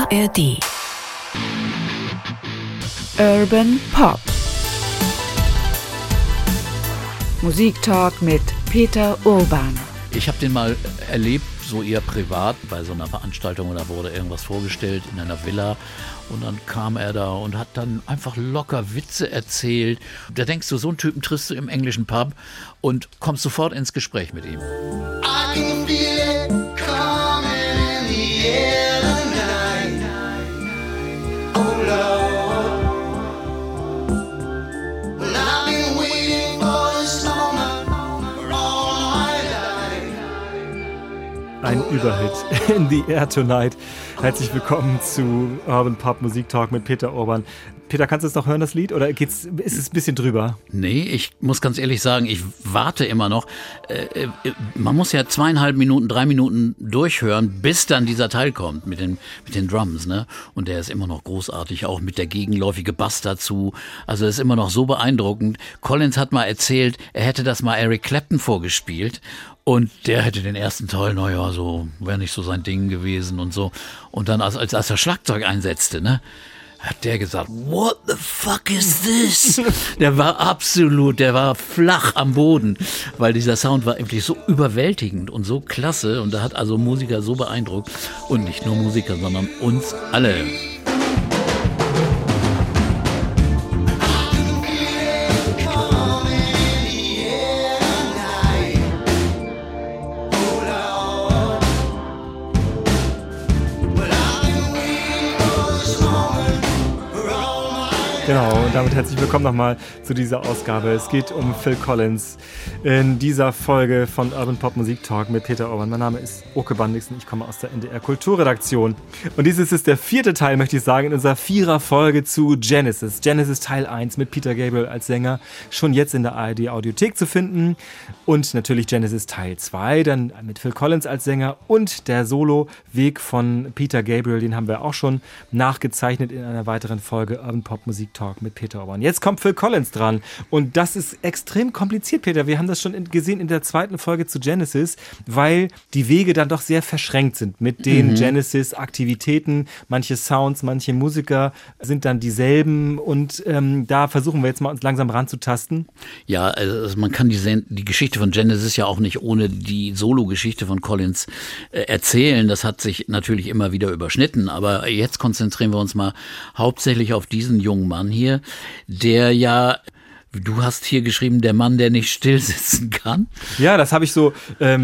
ARD Urban Pop Musiktalk mit Peter Urban. Ich habe den mal erlebt, so eher privat, bei so einer Veranstaltung, da wurde irgendwas vorgestellt in einer Villa und dann kam er da und hat dann einfach locker Witze erzählt. Da denkst du, so einen Typen triffst du im englischen Pub und kommst sofort ins Gespräch mit ihm. I can feel it coming in the air tonight. Oh Lord, well I've been waiting for this moment for all my life. Ein Überhit in the air tonight. Herzlich willkommen zu Urban Pop Musik Talk mit Peter Urban. Peter, kannst du es noch hören, das Lied, oder ist es ein bisschen drüber? Nee, ich muss ganz ehrlich sagen, ich warte immer noch. Man muss ja 2,5 Minuten, 3 Minuten durchhören, bis dann dieser Teil kommt mit den Drums, ne? Und der ist immer noch großartig, auch mit der gegenläufige Bass dazu. Also ist immer noch so beeindruckend. Collins hat mal erzählt, er hätte das mal Eric Clapton vorgespielt. Und der hätte den ersten Teil, naja, so wäre nicht so sein Ding gewesen und so. Und dann, als er Schlagzeug einsetzte, ne, hat der gesagt, what the fuck is this? Der war flach am Boden, weil dieser Sound war wirklich so überwältigend und so klasse. Und da hat also Musiker so beeindruckt. Und nicht nur Musiker, sondern uns alle. Genau, und damit herzlich willkommen nochmal zu dieser Ausgabe. Es geht um Phil Collins in dieser Folge von Urban Pop Musik Talk mit Peter Urban. Mein Name ist Oke Bandixen, ich komme aus der NDR Kulturredaktion. Und dieses ist der 4. Teil, möchte ich sagen, in unserer 4er-Folge zu Genesis. Genesis Teil 1 mit Peter Gabriel als Sänger, schon jetzt in der ARD Audiothek zu finden. Und natürlich Genesis Teil 2, dann mit Phil Collins als Sänger und der Solo-Weg von Peter Gabriel, den haben wir auch schon nachgezeichnet in einer weiteren Folge Urban Pop Musik Talk mit Peter Urban. Jetzt kommt Phil Collins dran und das ist extrem kompliziert, Peter. Wir haben das schon gesehen in der 2. Folge zu Genesis, weil die Wege dann doch sehr verschränkt sind mit den Genesis-Aktivitäten. Manche Sounds, manche Musiker sind dann dieselben und da versuchen wir jetzt mal uns langsam ranzutasten. Ja, also man kann die Geschichte von Genesis ja auch nicht ohne die Solo-Geschichte von Collins erzählen. Das hat sich natürlich immer wieder überschnitten, aber jetzt konzentrieren wir uns mal hauptsächlich auf diesen jungen Mann hier, der ja, du hast hier geschrieben, der Mann, der nicht still sitzen kann. Ja, das habe ich so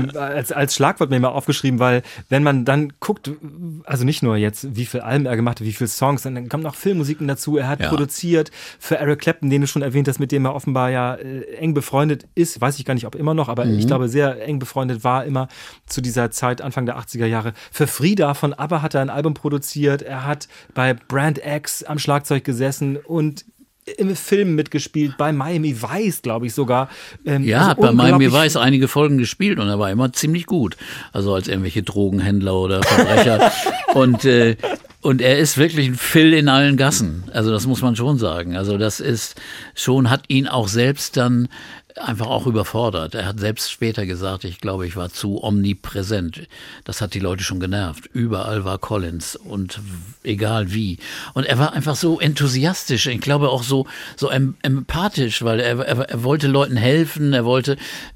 als Schlagwort mir mal aufgeschrieben, weil wenn man dann guckt, also nicht nur jetzt, wie viele Alben er gemacht hat, wie viele Songs, dann kommen noch Filmmusiken dazu. Er hat produziert für Eric Clapton, den du schon erwähnt hast, mit dem er offenbar ja eng befreundet ist. Weiß ich gar nicht, ob immer noch, aber ich glaube, sehr eng befreundet war immer zu dieser Zeit, Anfang der 80er Jahre. Für Frida von ABBA hat er ein Album produziert. Er hat bei Brand X am Schlagzeug gesessen und im Film mitgespielt, bei Miami Vice, glaube ich sogar. Ja, hat bei Miami Vice einige Folgen gespielt und er war immer ziemlich gut. Also als irgendwelche Drogenhändler oder Verbrecher. Und er ist wirklich ein Phil in allen Gassen. Also das muss man schon sagen. Also das ist schon, hat ihn auch selbst dann einfach auch überfordert. Er hat selbst später gesagt, ich glaube, ich war zu omnipräsent. Das hat die Leute schon genervt. Überall war Collins und egal wie. Und er war einfach so enthusiastisch. Ich glaube auch so empathisch, weil er wollte Leuten helfen. Er wollte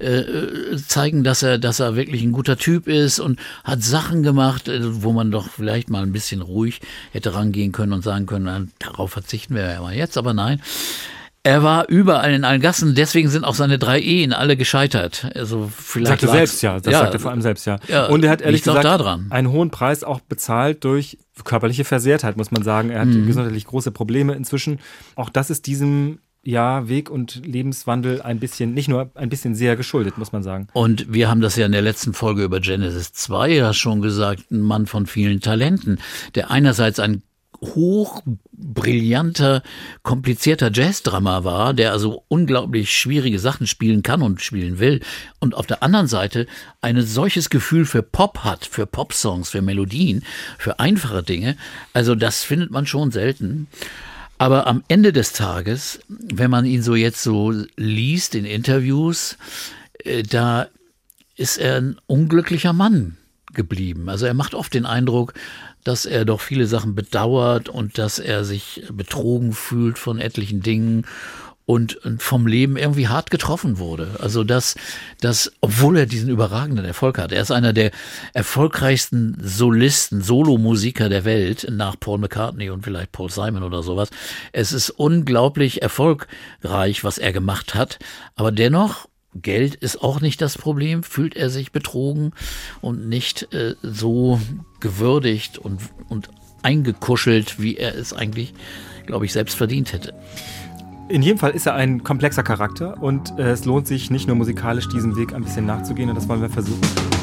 zeigen, dass er wirklich ein guter Typ ist und hat Sachen gemacht, wo man doch vielleicht mal ein bisschen ruhig hätte rangehen können und sagen können, darauf verzichten wir ja mal jetzt, aber nein. Er war überall in allen Gassen, deswegen sind auch seine 3 Ehen alle gescheitert. Also vielleicht sagte selbst, ja. Das sagt er vor allem selbst, ja. Und er hat ehrlich gesagt einen hohen Preis auch bezahlt durch körperliche Versehrtheit, muss man sagen. Er hat gesundheitlich große Probleme inzwischen. Auch das ist diesem Weg und Lebenswandel nicht nur ein bisschen sehr geschuldet, muss man sagen. Und wir haben das ja in der letzten Folge über Genesis 2 ja schon gesagt, ein Mann von vielen Talenten, der einerseits ein hochbrillanter, komplizierter Jazzdrummer war, der also unglaublich schwierige Sachen spielen kann und spielen will und auf der anderen Seite ein solches Gefühl für Pop hat, für Popsongs, für Melodien, für einfache Dinge. Also das findet man schon selten. Aber am Ende des Tages, wenn man ihn so jetzt so liest in Interviews, da ist er ein unglücklicher Mann geblieben. Also er macht oft den Eindruck, dass er doch viele Sachen bedauert und dass er sich betrogen fühlt von etlichen Dingen und vom Leben irgendwie hart getroffen wurde. Also dass obwohl er diesen überragenden Erfolg hat, er ist einer der erfolgreichsten Solisten, Solomusiker der Welt, nach Paul McCartney und vielleicht Paul Simon oder sowas. Es ist unglaublich erfolgreich, was er gemacht hat, aber dennoch, Geld ist auch nicht das Problem, fühlt er sich betrogen und nicht so gewürdigt und eingekuschelt, wie er es eigentlich, glaube ich, selbst verdient hätte. In jedem Fall ist er ein komplexer Charakter und es lohnt sich nicht nur musikalisch diesem Weg ein bisschen nachzugehen und das wollen wir versuchen.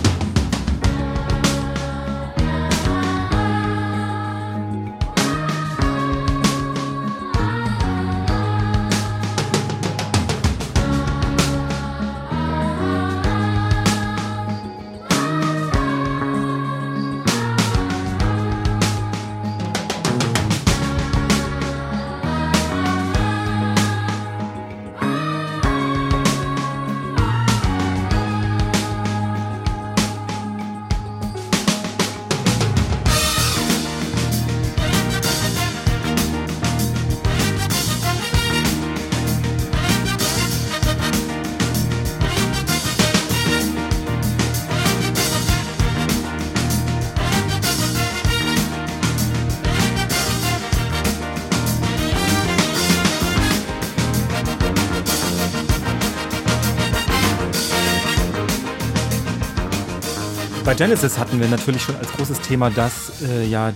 Bei Genesis hatten wir natürlich schon als großes Thema, dass ja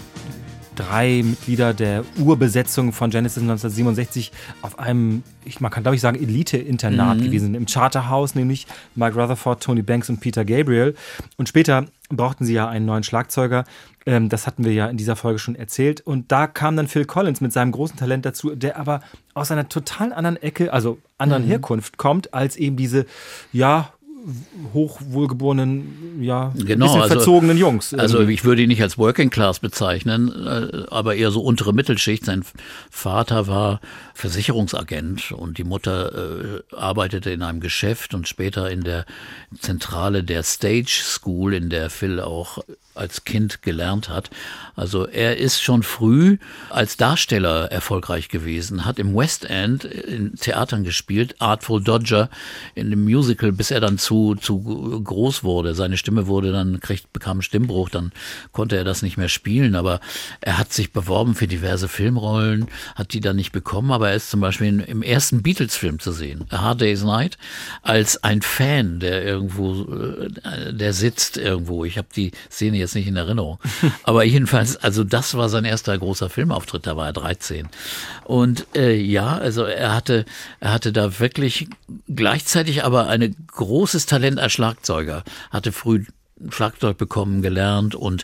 3 Mitglieder der Urbesetzung von Genesis 1967 auf einem, man kann glaube ich sagen, Elite-Internat gewesen sind. Im Charterhouse, nämlich Mike Rutherford, Tony Banks und Peter Gabriel. Und später brauchten sie ja einen neuen Schlagzeuger. Das hatten wir ja in dieser Folge schon erzählt. Und da kam dann Phil Collins mit seinem großen Talent dazu, der aber aus einer total anderen Ecke, also anderen Herkunft kommt, als eben diese, ja, hochwohlgeborenen, ja, genau, bisschen verzogenen Jungs. Also ich würde ihn nicht als Working Class bezeichnen, aber eher so untere Mittelschicht. Sein Vater war Versicherungsagent und die Mutter arbeitete in einem Geschäft und später in der Zentrale der Stage School, in der Phil auch als Kind gelernt hat. Also er ist schon früh als Darsteller erfolgreich gewesen, hat im West End in Theatern gespielt, Artful Dodger in dem Musical, bis er dann zu groß wurde. Seine Stimme wurde dann, bekam einen Stimmbruch, dann konnte er das nicht mehr spielen, aber er hat sich beworben für diverse Filmrollen, hat die dann nicht bekommen, aber er ist zum Beispiel im ersten Beatles-Film zu sehen, A Hard Day's Night, als ein Fan, der irgendwo, der sitzt irgendwo. Ich habe die Szene jetzt nicht in Erinnerung. Aber jedenfalls, also das war sein erster großer Filmauftritt, da war er 13. Und ja, also er hatte da wirklich gleichzeitig aber ein großes Talent als Schlagzeuger, hatte früh Schlagzeug bekommen, gelernt und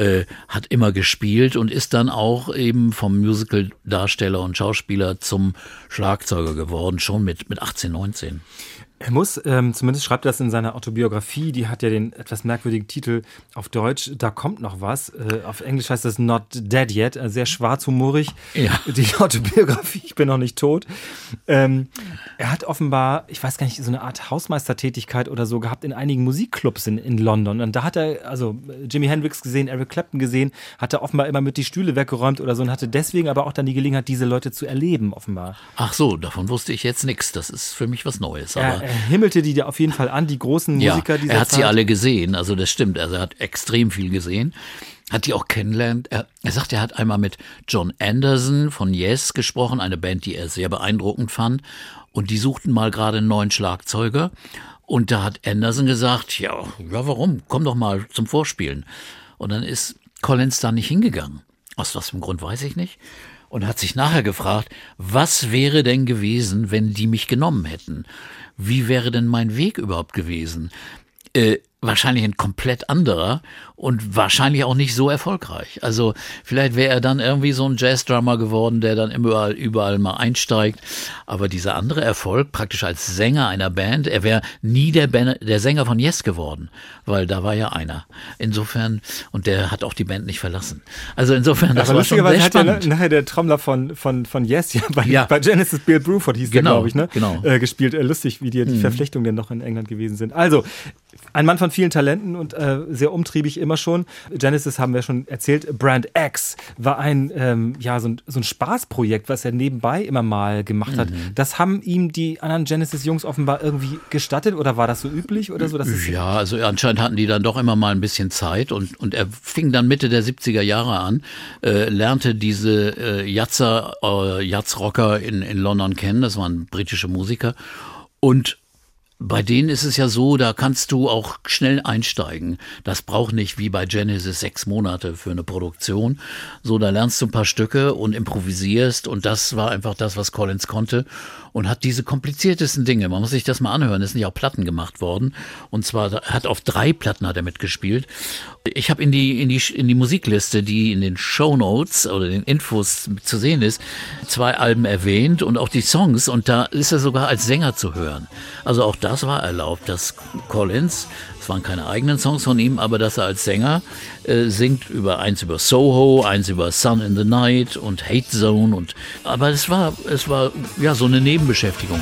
hat immer gespielt und ist dann auch eben vom Musical-Darsteller und Schauspieler zum Schlagzeuger geworden, schon mit 18, 19. Er muss, zumindest schreibt er das in seiner Autobiografie, die hat ja den etwas merkwürdigen Titel auf Deutsch, Da kommt noch was. Auf Englisch heißt das Not Dead Yet, sehr schwarzhumorig. Ja. Die Autobiografie, ich bin noch nicht tot. Er hat offenbar, ich weiß gar nicht, so eine Art Hausmeistertätigkeit oder so gehabt in einigen Musikclubs in London. Und da hat er, also Jimi Hendrix gesehen, Eric Clapton gesehen, hat er offenbar immer mit die Stühle weggeräumt oder so und hatte deswegen aber auch dann die Gelegenheit, diese Leute zu erleben, offenbar. Ach so, davon wusste ich jetzt nichts. Das ist für mich was Neues. Aber er himmelte die auf jeden Fall an, die großen Musiker dieser er hat Zeit. Sie alle gesehen, also das stimmt, also er hat extrem viel gesehen, hat die auch kennengelernt. Er sagt, er hat einmal mit John Anderson von Yes gesprochen, eine Band, die er sehr beeindruckend fand und die suchten mal gerade einen neuen Schlagzeuger und da hat Anderson gesagt, ja warum, komm doch mal zum Vorspielen. Und dann ist Collins da nicht hingegangen, aus was für einem Grund weiß ich nicht. Und hat sich nachher gefragt, was wäre denn gewesen, wenn die mich genommen hätten? Wie wäre denn mein Weg überhaupt gewesen? Wahrscheinlich ein komplett anderer und wahrscheinlich auch nicht so erfolgreich. Also vielleicht wäre er dann irgendwie so ein Jazz-Drummer geworden, der dann überall mal einsteigt. Aber dieser andere Erfolg, praktisch als Sänger einer Band, er wäre nie der Sänger von Yes geworden, weil da war ja einer. Insofern, und der hat auch die Band nicht verlassen. Also insofern, das war schon sehr spannend. Hat ja nachher der Trommler von Yes bei Genesis, Bill Bruford hieß der, glaube ich, ne? Genau. Gespielt. Lustig, wie die Verflechtungen denn noch in England gewesen sind. Also, Ein Mann von vielen Talenten und sehr umtriebig immer schon. Genesis haben wir schon erzählt. Brand X war ein so ein Spaßprojekt, was er nebenbei immer mal gemacht hat. Das haben ihm die anderen Genesis-Jungs offenbar irgendwie gestattet oder war das so üblich oder so? Ja, also anscheinend hatten die dann doch immer mal ein bisschen Zeit und er fing dann Mitte der 70er Jahre an, lernte diese Jazzrocker in London kennen. Das waren britische Musiker und bei denen ist es ja so, da kannst du auch schnell einsteigen. Das braucht nicht wie bei Genesis 6 Monate für eine Produktion. So, da lernst du ein paar Stücke und improvisierst und das war einfach das, was Collins konnte und hat diese kompliziertesten Dinge. Man muss sich das mal anhören. Es sind ja auch Platten gemacht worden und zwar hat auf 3 Platten hat er mitgespielt. Ich habe in die Musikliste, die in den Shownotes oder den Infos zu sehen ist, 2 Alben erwähnt und auch die Songs und da ist er sogar als Sänger zu hören. Also auch das war erlaubt, dass Collins, es waren keine eigenen Songs von ihm, aber dass er als Sänger singt eins über Soho, eins über Sun in the Night und Hate Zone aber es war ja so eine Nebenbeschäftigung.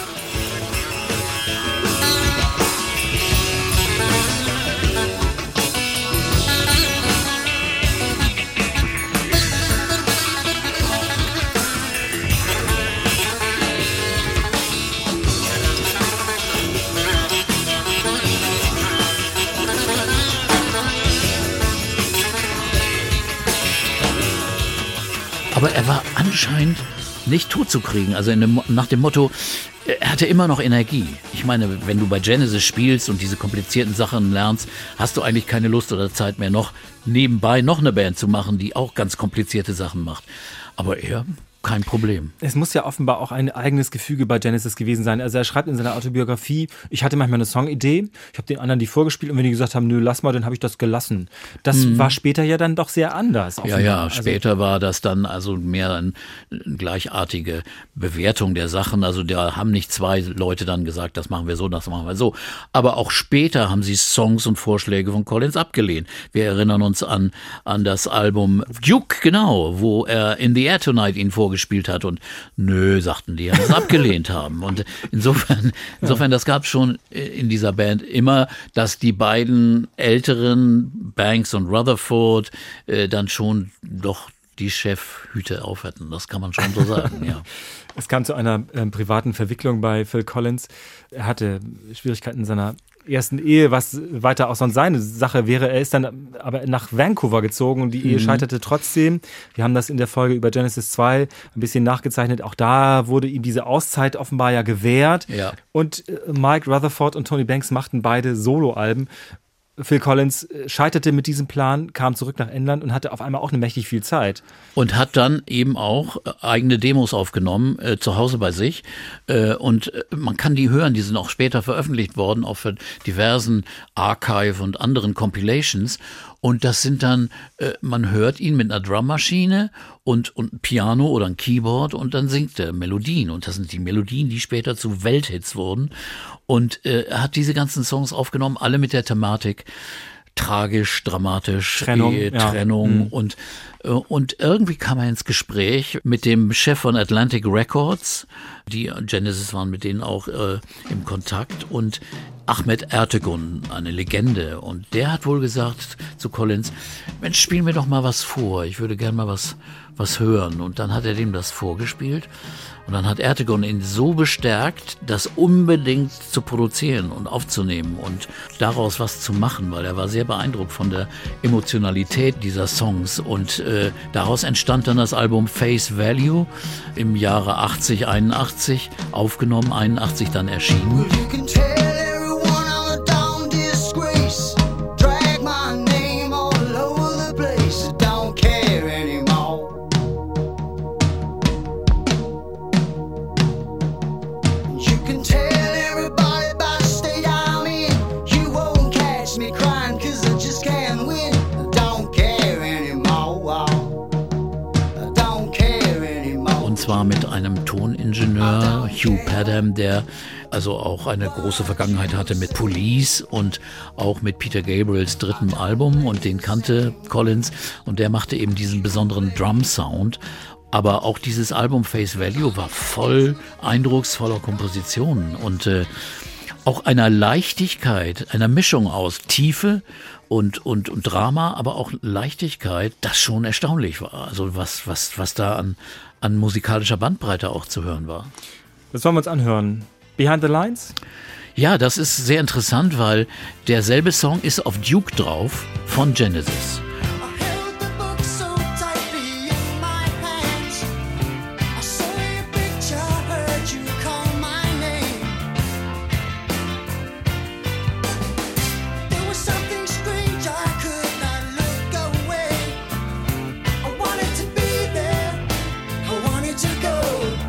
Aber er war anscheinend nicht tot zu kriegen. Also nach dem Motto, er hatte immer noch Energie. Ich meine, wenn du bei Genesis spielst und diese komplizierten Sachen lernst, hast du eigentlich keine Lust oder Zeit mehr nebenbei noch eine Band zu machen, die auch ganz komplizierte Sachen macht. Aber er... kein Problem. Es muss ja offenbar auch ein eigenes Gefüge bei Genesis gewesen sein. Also er schreibt in seiner Autobiografie, ich hatte manchmal eine Songidee, ich habe den anderen die vorgespielt und wenn die gesagt haben, nö, lass mal, dann habe ich das gelassen. Das war später ja dann doch sehr anders. Offenbar. Ja, später war das dann also mehr eine gleichartige Bewertung der Sachen. Also da haben nicht 2 Leute dann gesagt, das machen wir so, das machen wir so. Aber auch später haben sie Songs und Vorschläge von Collins abgelehnt. Wir erinnern uns an das Album Duke, genau, wo er In the Air Tonight ihn vorgespielt hat und nö, sagten die, es abgelehnt haben. Und insofern, das gab es schon in dieser Band immer, dass die beiden älteren, Banks und Rutherford, dann schon doch die Chefhüte auf hatten. Das kann man schon so sagen, ja. Es kam zu einer privaten Verwicklung bei Phil Collins. Er hatte Schwierigkeiten in seiner ersten Ehe, was weiter auch sonst seine Sache wäre. Er ist dann aber nach Vancouver gezogen und die Ehe scheiterte trotzdem. Wir haben das in der Folge über Genesis 2 ein bisschen nachgezeichnet. Auch da wurde ihm diese Auszeit offenbar ja gewährt. Ja. Und Mike Rutherford und Tony Banks machten beide Soloalben. Phil Collins scheiterte mit diesem Plan, kam zurück nach England und hatte auf einmal auch eine mächtig viel Zeit. Und hat dann eben auch eigene Demos aufgenommen, zu Hause bei sich. Und man kann die hören, die sind auch später veröffentlicht worden, auch für diversen Archive und anderen Compilations. Und das sind dann, man hört ihn mit einer Drummaschine und ein Piano oder ein Keyboard und dann singt er Melodien. Und das sind die Melodien, die später zu Welthits wurden. Und er hat diese ganzen Songs aufgenommen, alle mit der Thematik tragisch, dramatisch, Trennung und irgendwie kam er ins Gespräch mit dem Chef von Atlantic Records, die Genesis waren mit denen auch im Kontakt und Ahmet Ertegun, eine Legende und der hat wohl gesagt zu Collins, Mensch, spiel mir doch mal was vor, ich würde gern mal was hören und dann hat er dem das vorgespielt. Und dann hat Ertegun ihn so bestärkt, das unbedingt zu produzieren und aufzunehmen und daraus was zu machen, weil er war sehr beeindruckt von der Emotionalität dieser Songs. Und daraus entstand dann das Album Face Value im Jahre 81, aufgenommen, 81 dann erschienen. Zwar mit einem Toningenieur, Hugh Padgham, der also auch eine große Vergangenheit hatte mit Police und auch mit Peter Gabriels dritten Album und den kannte Collins und der machte eben diesen besonderen Drum-Sound. Aber auch dieses Album Face Value war voll eindrucksvoller Kompositionen und auch einer Leichtigkeit, einer Mischung aus Tiefe und Drama, aber auch Leichtigkeit, das schon erstaunlich war. Also was da an musikalischer Bandbreite auch zu hören war. Das wollen wir uns anhören. Behind the Lines? Ja, das ist sehr interessant, weil derselbe Song ist auf Duke drauf von Genesis. I held the book so tightly in my hands. I saw your picture, heard you call my name. There was something strange, I could not look away. I wanted to be there, I wanted to go.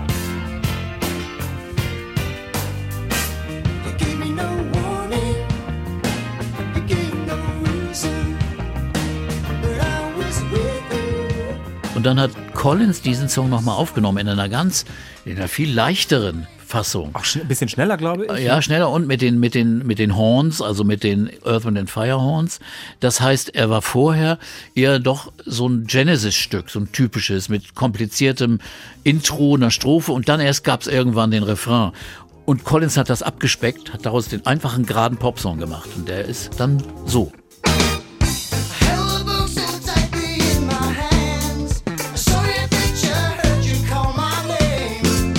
You gave me no warning, you gave no reason, but I was with you. Und dann hat Collins diesen Song nochmal aufgenommen in einer viel leichteren Fassung. Auch ein bisschen schneller, glaube ich. Ja, schneller und mit den Horns, also mit den Earth, Wind & Fire Horns. Das heißt, er war vorher eher doch so ein Genesis-Stück, so ein typisches, mit kompliziertem Intro, einer Strophe und dann erst gab es irgendwann den Refrain. Und Collins hat das abgespeckt, hat daraus den einfachen, geraden Popsong gemacht. Und der ist dann so. I held the book so tightly in my hands. I saw your picture, heard you call my name.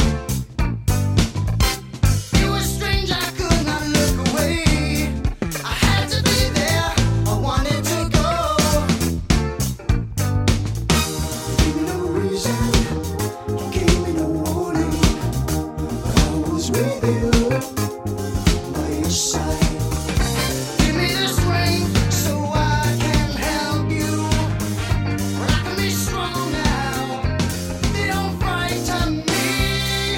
You were strange, I could not look away. I had to be there, I wanted to go. You gave me no reason, you gave me no warning. I was with you, by your side. Give me the strength so I can help you. But I can be strong now. They don't frighten me.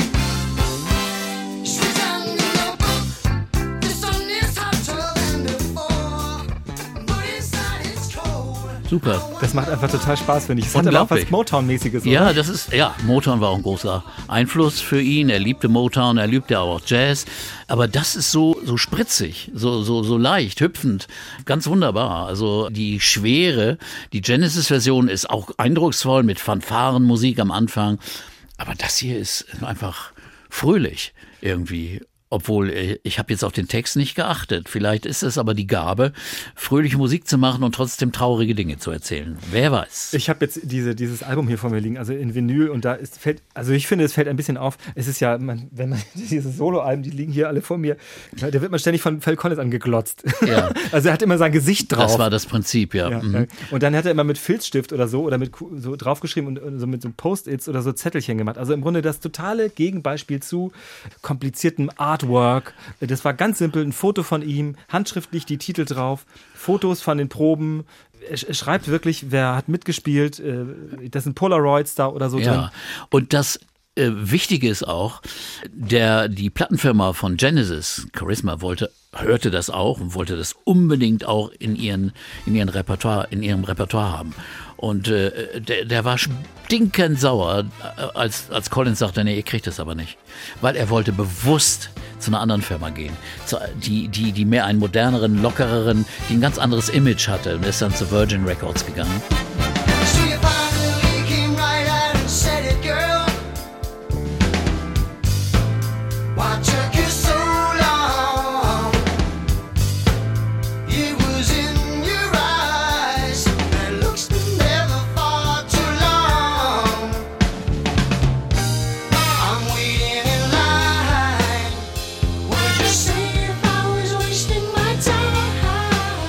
It's written in the book. The sun is hotter than before, but inside it's cold. Super. Das macht einfach total Spaß, finde ich. Es hat aber auch was Unglaublich. Motown-mäßiges, Ja, oder? Motown war auch ein großer Einfluss für ihn. Er liebte Motown, er liebte auch Jazz. Aber das ist so spritzig, so leicht, hüpfend. Ganz wunderbar. Also die Schwere, die Genesis-Version ist auch eindrucksvoll mit Fanfarenmusik am Anfang. Aber das hier ist einfach fröhlich irgendwie. Obwohl, ich habe jetzt auf den Text nicht geachtet. Vielleicht ist es aber die Gabe, fröhliche Musik zu machen und trotzdem traurige Dinge zu erzählen. Wer weiß. Ich habe jetzt dieses Album hier vor mir liegen, also in Vinyl, und da ich finde, es fällt ein bisschen auf. Es ist ja, wenn man diese Soloalben, die liegen hier alle vor mir, da wird man ständig von Phil Collins angeglotzt. Ja. Also er hat immer sein Gesicht drauf. Das war das Prinzip, ja. Ja, Mhm. ja. Und dann hat er immer mit Filzstift oder so oder mit so draufgeschrieben und so mit so Post-its oder so Zettelchen gemacht. Also im Grunde das totale Gegenbeispiel zu kompliziertem Artwork. Das war ganz simpel, ein Foto von ihm, handschriftlich die Titel drauf, Fotos von den Proben. Er schreibt wirklich, wer hat mitgespielt, das sind Polaroids da oder so drin. Ja, und das Wichtige ist auch, die Plattenfirma von Genesis, Charisma, hörte das auch und wollte das unbedingt auch in ihrem Repertoire haben. Und der war stinkend sauer, als Collins sagte, nee, ihr kriegt das aber nicht. Weil er wollte bewusst zu einer anderen Firma gehen, die mehr einen moderneren, lockereren, die ein ganz anderes Image hatte, und ist dann zu Virgin Records gegangen. So you finally came right out and said it, girl. Why took you so long? It was in your eyes. That looks never far too long. I'm waiting in line. Would you say if I was wasting my time?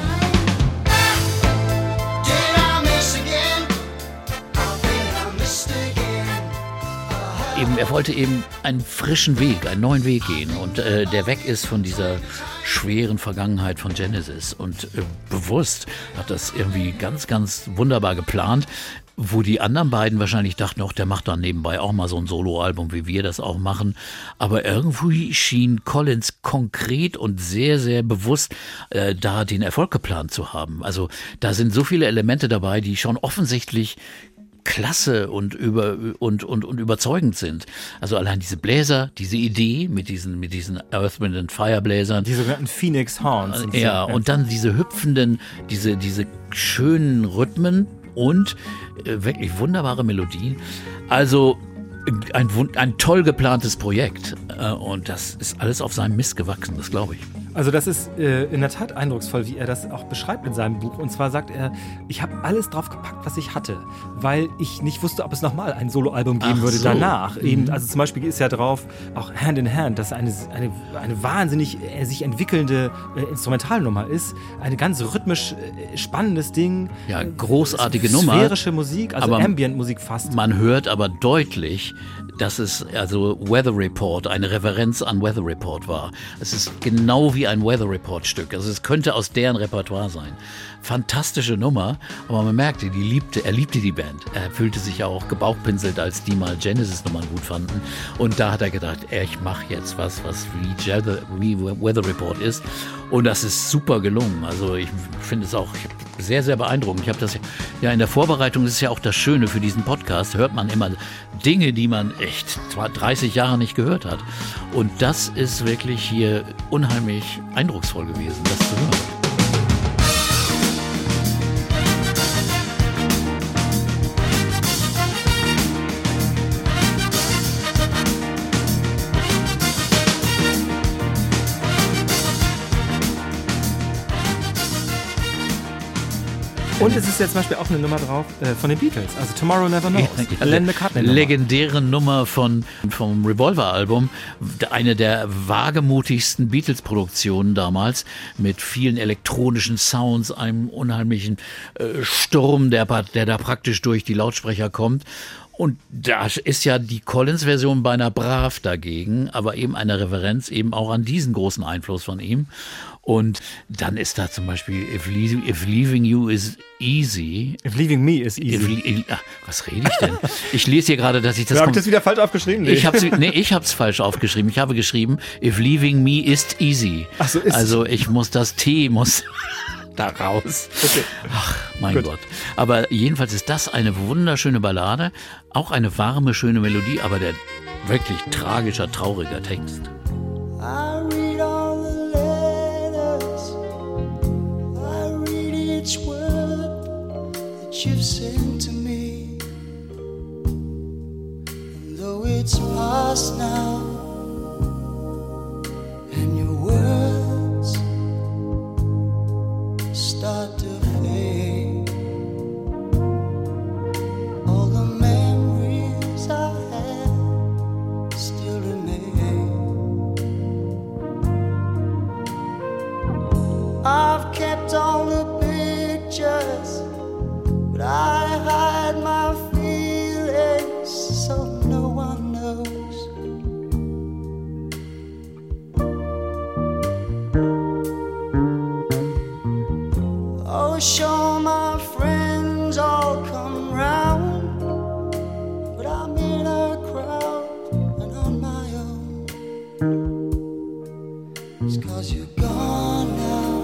Did I miss again? I think I missed again. Er wollte eben einen frischen Weg, einen neuen Weg gehen, und der weg ist von dieser schweren Vergangenheit von Genesis, und bewusst hat das irgendwie ganz, ganz wunderbar geplant, wo die anderen beiden wahrscheinlich dachten, der macht dann nebenbei auch mal so ein Soloalbum, wie wir das auch machen, aber irgendwie schien Collins konkret und sehr, sehr bewusst da den Erfolg geplant zu haben. Also da sind so viele Elemente dabei, die schon offensichtlich klasse und überzeugend sind. Also allein diese Bläser, diese Idee mit diesen Earth, Wind & Fire Bläsern. Die sogenannten Phoenix Horns. Ja, und dann diese hüpfenden, diese schönen Rhythmen und wirklich wunderbare Melodien. Also ein toll geplantes Projekt. Und das ist alles auf seinem Mist gewachsen, das glaube ich. Also das ist in der Tat eindrucksvoll, wie er das auch beschreibt in seinem Buch. Und zwar sagt er, ich habe alles drauf gepackt, was ich hatte, weil ich nicht wusste, ob es nochmal ein Soloalbum geben würde danach. Eben, also zum Beispiel ist ja drauf auch Hand in Hand, das eine wahnsinnig sich entwickelnde Instrumentalnummer ist. Ein ganz rhythmisch spannendes Ding. Ja, großartige Nummer. Sphärische Musik, also aber Ambient-Musik fast. Man hört aber deutlich, dass es also Weather Report, eine Referenz an Weather Report war. Es ist genau wie ein Weather Report Stück. Also es könnte aus deren Repertoire sein. Fantastische Nummer, aber man merkte, er liebte die Band. Er fühlte sich auch gebauchpinselt, als die mal Genesis-Nummern gut fanden. Und da hat er gedacht, ich mache jetzt was wie Weather Report ist. Und das ist super gelungen. Also ich finde es auch sehr, sehr beeindruckend. Ich habe das ja in der Vorbereitung, das ist ja auch das Schöne für diesen Podcast, hört man immer Dinge, die man echt 30 Jahre nicht gehört hat. Und das ist wirklich hier unheimlich eindrucksvoll gewesen, das zu hören. Und es ist jetzt zum Beispiel auch eine Nummer drauf von den Beatles, also Tomorrow Never Knows. Lennon McCartney Nummer. Legendäre Nummer vom Revolver-Album, eine der wagemutigsten Beatles-Produktionen damals, mit vielen elektronischen Sounds, einem unheimlichen Sturm, der da praktisch durch die Lautsprecher kommt. Und da ist ja die Collins-Version beinahe brav dagegen, aber eben eine Referenz eben auch an diesen großen Einfluss von ihm. Und dann ist da zum Beispiel If Leaving You is Easy. If Leaving Me is Easy. Was rede ich denn? Ich lese hier gerade, dass ich das... Du hast das wieder falsch aufgeschrieben? Ich hab's falsch aufgeschrieben. Ich habe geschrieben, If Leaving Me is Easy. Ach so, ist also ich muss das T da raus. Okay. Ach, mein Gott. Aber jedenfalls ist das eine wunderschöne Ballade, auch eine warme, schöne Melodie, aber der wirklich tragischer, trauriger Text. I read all the letters, I read each word that you've sent to me. And though it's past now, and your words start to fade, all the memories I had still remain. I've kept all the pictures, but I hide my feelings so no one knows. Oh, sure, my friends all come round, but I'm in a crowd and on my own. It's 'cause you're gone now,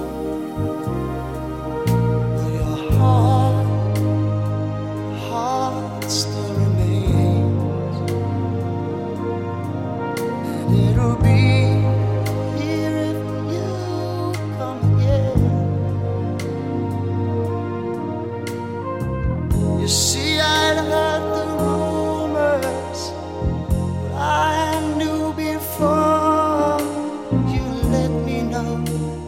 but your heart still remains, and it'll be here if you come again. You see, I'd heard the rumors, but I knew before you let me know.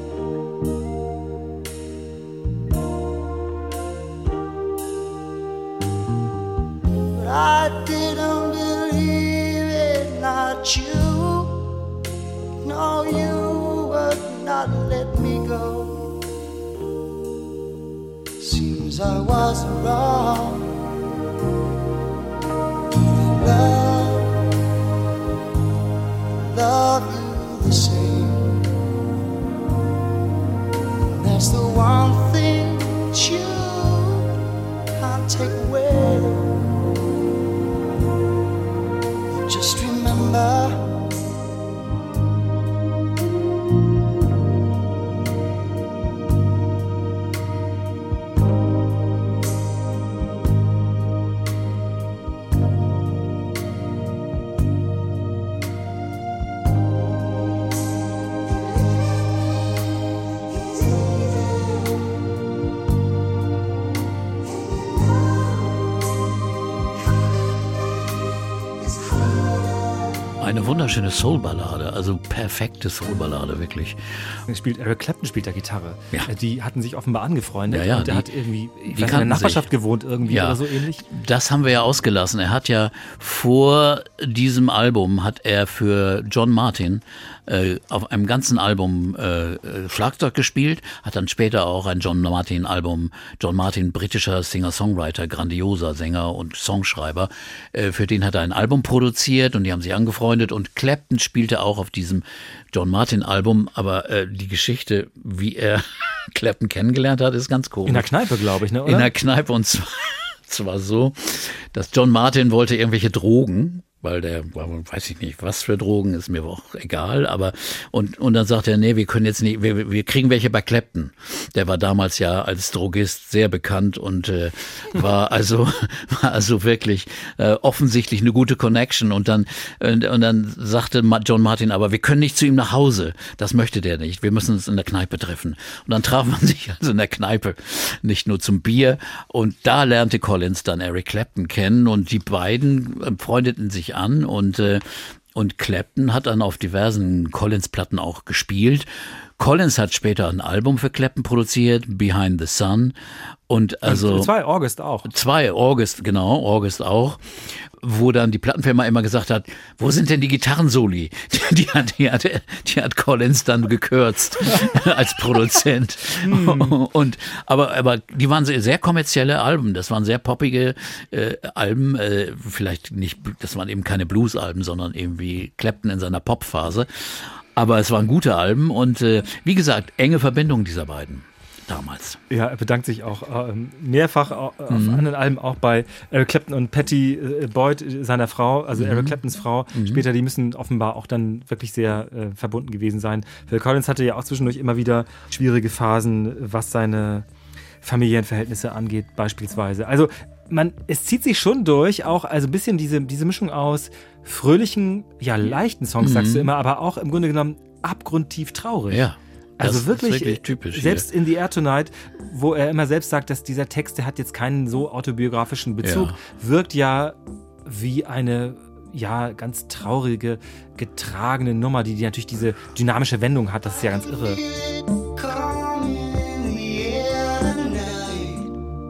But I didn't believe it, not you. No, you would not let me go. Seems I was wrong. Love you the same. And that's the one thing that you can't take away. Just remember, eine wunderschöne Soul-Ballade, also perfekte Soul-Ballade, wirklich. Eric Clapton spielt da Gitarre. Ja. Die hatten sich offenbar angefreundet. Ja, und der die- hat irgendwie die in der kannten Nachbarschaft sich. gewohnt irgendwie oder so ähnlich. Das haben wir ja ausgelassen. Er hat ja vor diesem Album hat er für John Martin auf einem ganzen Album Schlagzeug gespielt, hat dann später auch ein John Martin Album, John Martin, britischer Singer-Songwriter, grandioser Sänger und Songschreiber, für den hat er ein Album produziert und die haben sich angefreundet und Clapton spielte auch auf diesem John Martin Album, aber die Geschichte, wie er Clapton kennengelernt hat, ist ganz komisch. In der Kneipe, glaube ich, ne? Oder? In der Kneipe und zwar so, dass John Martin wollte irgendwelche Drogen, weil der, weiß ich nicht, was für Drogen, ist mir auch egal, aber und dann sagt er, nee, wir können jetzt nicht, wir kriegen welche bei Clapton. Der war damals ja als Drogist sehr bekannt und war also wirklich offensichtlich eine gute Connection und dann sagte John Martin, aber wir können nicht zu ihm nach Hause. Das möchte der nicht. Wir müssen uns in der Kneipe treffen. Und dann traf man sich also in der Kneipe, nicht nur zum Bier. Und da lernte Collins dann Eric Clapton kennen und die beiden freundeten sich an und Clapton hat dann auf diversen Collins-Platten auch gespielt. Collins hat später ein Album für Clapton produziert, Behind the Sun. Und also 2 August auch. 2 August, genau, August auch, wo dann die Plattenfirma immer gesagt hat, wo sind denn die Gitarrensoli? Die hat Collins dann gekürzt als Produzent. Und aber die waren sehr kommerzielle Alben, das waren sehr poppige Alben, vielleicht nicht, das waren eben keine Blues-Alben, sondern irgendwie Clapton in seiner Popphase. Aber es waren gute Alben und wie gesagt, enge Verbindung dieser beiden. Damals. Ja, er bedankt sich auch mehrfach auf anderen Alben, auch bei Eric Clapton und Patty Boyd, seiner Frau, also Eric Claptons Frau. Später, die müssen offenbar auch dann wirklich sehr verbunden gewesen sein. Phil Collins hatte ja auch zwischendurch immer wieder schwierige Phasen, was seine familiären Verhältnisse angeht, beispielsweise. Also es zieht sich schon durch, auch also ein bisschen diese Mischung aus fröhlichen, ja leichten Songs, sagst du immer, aber auch im Grunde genommen abgrundtief traurig. Ja. Also Das ist wirklich typisch selbst in The Air Tonight, wo er immer selbst sagt, dass dieser Text, der hat jetzt keinen so autobiografischen Bezug, wirkt ja wie eine ganz traurige, getragene Nummer, die natürlich diese dynamische Wendung hat. Das ist ja ganz irre. Coming in the air tonight.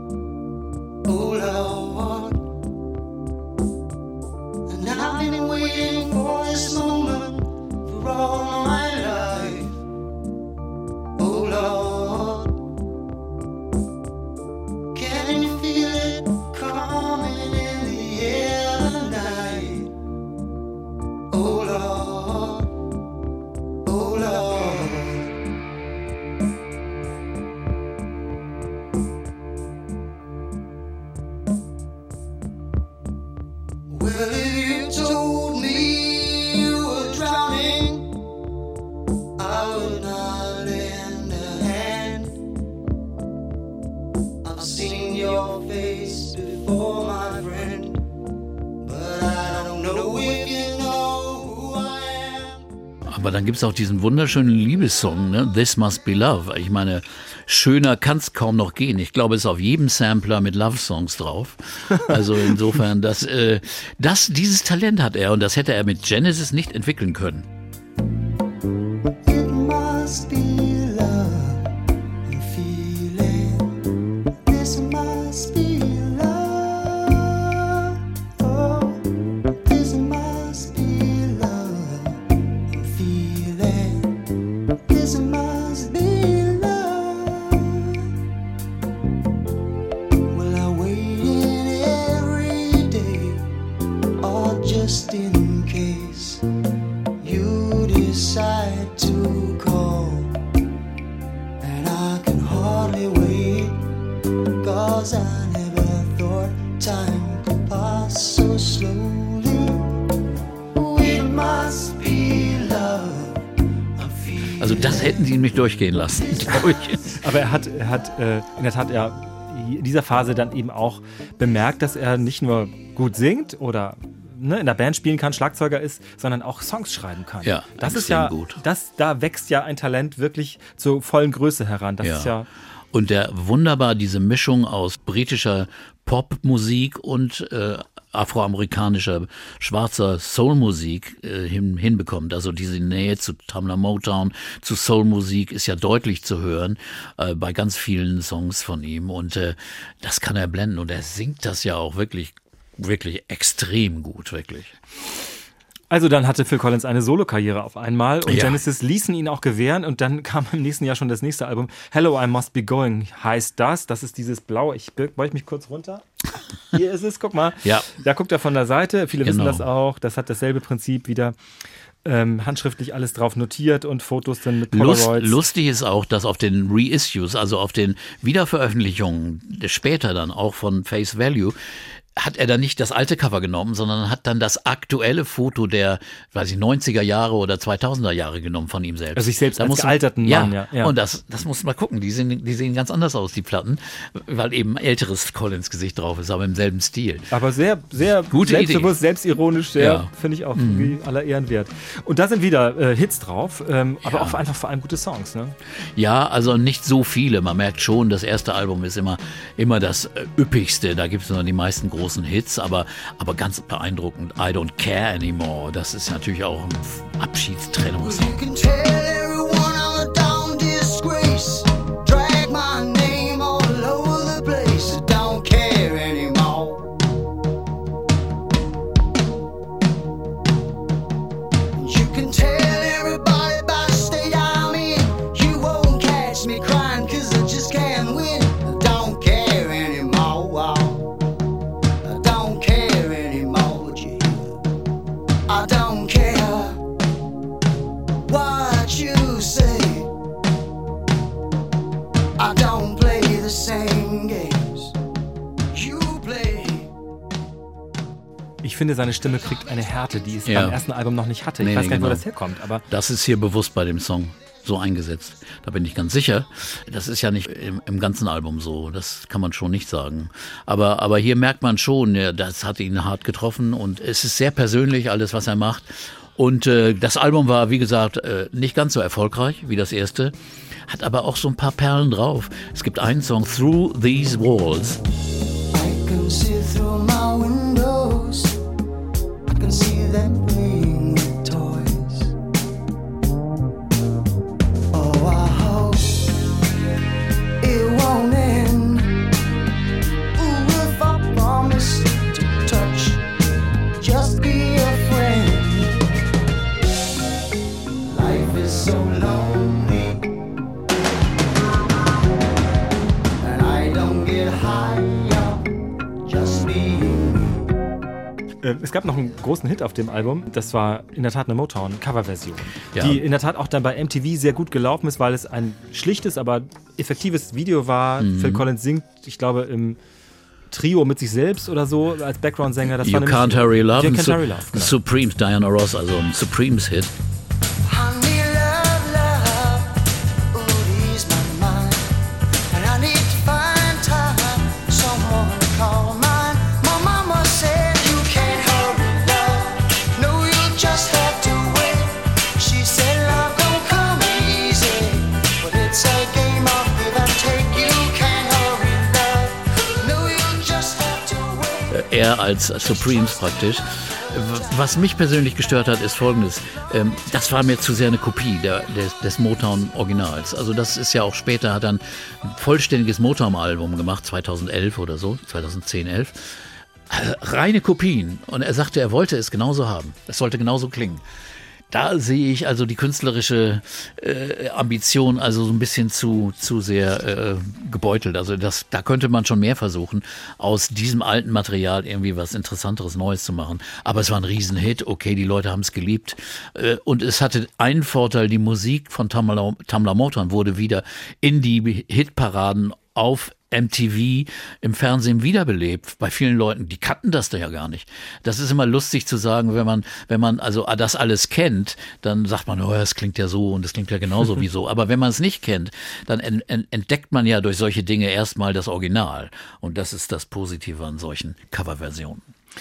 Oh Lord, and I've been waiting for this moment for all my life. Oh Lord, can you feel it coming in the air tonight? Oh Lord, oh Lord. Well, if you told me you were drowning, I would not lend a hand. I've seen your face before, my friend, but I don't know if you know who I am. Aber dann gibt's auch diesen wunderschönen Liebessong, ne? This Must Be Love. Ich meine, schöner kann's kaum noch gehen. Ich glaube, es ist auf jedem Sampler mit Love-Songs drauf. Also insofern, dieses Talent hat er und das hätte er mit Genesis nicht entwickeln können. It must be love I'm feeling. This must be love. Oh, this must be love I'm feeling. This must be love. Well, I wait every day, or just in case you decide to call, and I can hardly wait, 'cause I never thought time could pass so slowly. It must be love I'm feeling. Also das hätten sie ihm nicht durchgehen lassen, glaube ich. Aber er hat in der Tat in dieser Phase dann eben auch bemerkt, dass er nicht nur gut singt oder in der Band spielen kann, Schlagzeuger ist, sondern auch Songs schreiben kann. Ja, das ist extrem ja gut. Da wächst ja ein Talent wirklich zur vollen Größe heran. Das ist ja Und der wunderbar diese Mischung aus britischer Popmusik und afroamerikanischer, schwarzer Soulmusik hinbekommt. Also diese Nähe zu Tamla Motown, zu Soulmusik ist ja deutlich zu hören bei ganz vielen Songs von ihm. Und das kann er blenden. Und er singt das ja auch wirklich, wirklich extrem gut, wirklich. Also dann hatte Phil Collins eine Solokarriere auf einmal und Ja. Genesis ließen ihn auch gewähren und dann kam im nächsten Jahr schon das nächste Album. Hello, I Must Be Going heißt das. Das ist dieses blaue, ich beug mich kurz runter. Hier ist es, guck mal. Ja. Da guckt er von der Seite, viele wissen Genau. das auch. Das hat dasselbe Prinzip wieder. Handschriftlich alles drauf notiert und Fotos dann mit Polaroids. Lustig ist auch, dass auf den Reissues, also auf den Wiederveröffentlichungen, später dann auch von Face Value, hat er dann nicht das alte Cover genommen, sondern hat dann das aktuelle Foto der, 90er Jahre oder 2000er Jahre genommen von ihm selbst. Also sich selbst Da als muss man- gealterten Mann, ja. Und das muss man gucken. Die sehen ganz anders aus, die Platten, weil eben älteres Collins-Gesicht drauf ist, aber im selben Stil. Aber sehr, sehr Gute selbstbewusst, selbstironisch, sehr, Ja. finde ich auch wie aller Ehren wert. Und da sind wieder Hits drauf, aber auch einfach vor allem gute Songs, ne? Ja, also nicht so viele. Man merkt schon, das erste Album ist immer das üppigste. Da gibt es noch die meisten großen Hits, aber ganz beeindruckend. I Don't Care Anymore. Das ist natürlich auch ein Abschiedstrennungssong. You can tell everyone I'm a down disgrace. Drag my name all over the place. I don't care anymore. You can tell everybody about the state I'm in. You won't catch me crying 'cause I just can't win. I don't care anymore. I don't care anymore, G. I don't care what you say. I don't play the same games you play. Ich finde, seine Stimme kriegt eine Härte, die es Ja. beim ersten Album noch nicht hatte. Ich Nee, weiß gar nicht, wo genau. das herkommt, aber Das ist hier bewusst bei dem Song so eingesetzt. Da bin ich ganz sicher. Das ist ja nicht im ganzen Album so. Das kann man schon nicht sagen. Aber hier merkt man schon, ja, das hat ihn hart getroffen und es ist sehr persönlich, alles, was er macht. Und das Album war, wie gesagt, nicht ganz so erfolgreich wie das erste, hat aber auch so ein paar Perlen drauf. Es gibt einen Song, Through These Walls. I can see through my windows. I can see them playing with toys. Oh, I hope it won't end. Ooh, if I promise to touch, just be a friend. Life is so lonely, and I don't get high up just being me. es gab noch einen großen Hit auf dem Album. Das war in der Tat eine Motown-Coverversion, Ja. die in der Tat auch dann bei MTV sehr gut gelaufen ist, weil es ein schlichtes, aber effektives Video war. Phil Collins singt, ich glaube, im Trio mit sich selbst oder so als Background-Sänger. Das You war nämlich- Can't Hurry Love. You und Can't Hurry Love, genau. Supremes, Diana Ross, also ein Supremes-Hit. Honey, love, love, ooh, ease my mind. And I need to find time, someone to call mine. My mama said you can't hurry, love. No, you just have to wait. She said love don't come easy, but it's a game of give and take. You can't hurry, love. No, you just have to wait. Er als Supremes praktisch. Was mich persönlich gestört hat, ist Folgendes. Das war mir zu sehr eine Kopie des Motown-Originals. Also das ist ja auch später, hat er ein vollständiges Motown-Album gemacht, 2011 oder so, 2010, 11. Reine Kopien. Und er sagte, er wollte es genauso haben. Es sollte genauso klingen. Da sehe ich also die künstlerische Ambition also so ein bisschen zu sehr gebeutelt. Also da könnte man schon mehr versuchen, aus diesem alten Material irgendwie was Interessanteres, Neues zu machen. Aber es war ein Riesenhit. Okay, die Leute haben es geliebt. Und es hatte einen Vorteil, die Musik von Tamla Motown wurde wieder in die Hitparaden auf MTV im Fernsehen wiederbelebt. Bei vielen Leuten, die kannten das da ja gar nicht. Das ist immer lustig zu sagen, wenn man also das alles kennt, dann sagt man, oh, das klingt ja so und das klingt ja genauso wie so. Aber wenn man es nicht kennt, dann entdeckt man ja durch solche Dinge erstmal das Original. Und das ist das Positive an solchen Coverversionen.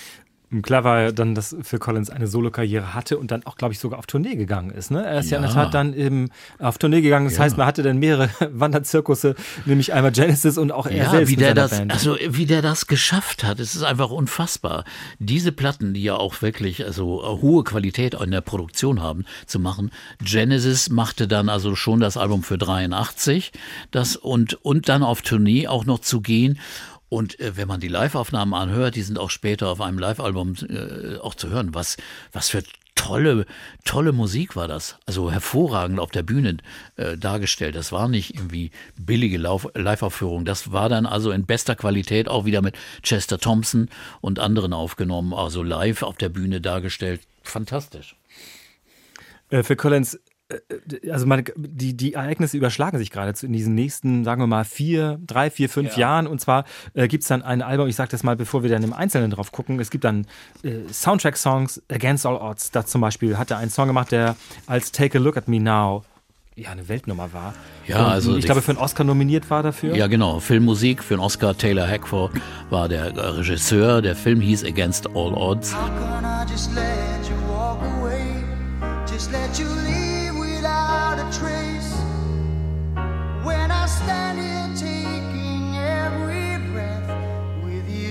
Klar war ja dann, dass Phil Collins eine Solokarriere hatte und dann auch, glaube ich, sogar auf Tournee gegangen ist. Ne? Er ist ja in der Tat dann eben auf Tournee gegangen. Das heißt, man hatte dann mehrere Wanderzirkusse, nämlich einmal Genesis und auch er selbst mit seiner Band. Also wie der das geschafft hat, es ist einfach unfassbar. Diese Platten, die ja auch wirklich hohe Qualität in der Produktion haben, zu machen. Genesis machte dann also schon das Album für 83, und dann auf Tournee auch noch zu gehen. Und wenn man die Live-Aufnahmen anhört, die sind auch später auf einem Live-Album auch zu hören. Was für tolle Musik war das. Also hervorragend auf der Bühne dargestellt. Das war nicht irgendwie billige Live-Aufführung. Das war dann also in bester Qualität auch wieder mit Chester Thompson und anderen aufgenommen. Also live auf der Bühne dargestellt. Fantastisch. Phil Collins, also die Ereignisse überschlagen sich geradezu in diesen nächsten, sagen wir mal, 3, 4, 5 Jahren. Und zwar gibt es dann ein Album, ich sage das mal, bevor wir dann im Einzelnen drauf gucken, es gibt dann Soundtrack-Songs, Against All Odds. Da zum Beispiel hat er einen Song gemacht, der als Take a Look at Me Now eine Weltnummer war. Ja, also ich glaube, für einen Oscar nominiert war dafür. Ja, genau. Filmmusik für einen Oscar. Taylor Hackford war der Regisseur. Der Film hieß Against All Odds. How can I just let you walk away? Just let you leave without a trace. When I stand here taking every breath with you.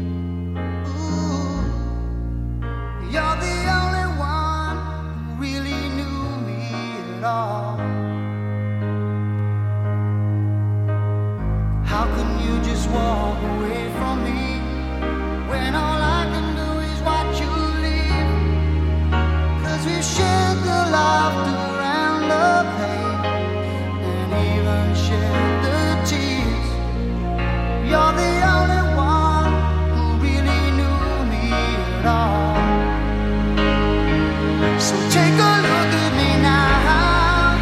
Ooh, you're the only one who really knew me at all. How can you just walk away from me when all I can do is watch you leave? 'Cause we've shared the laughter and the pain and even shared the tears. You're the only one who really knew me at all. So take a look at me now.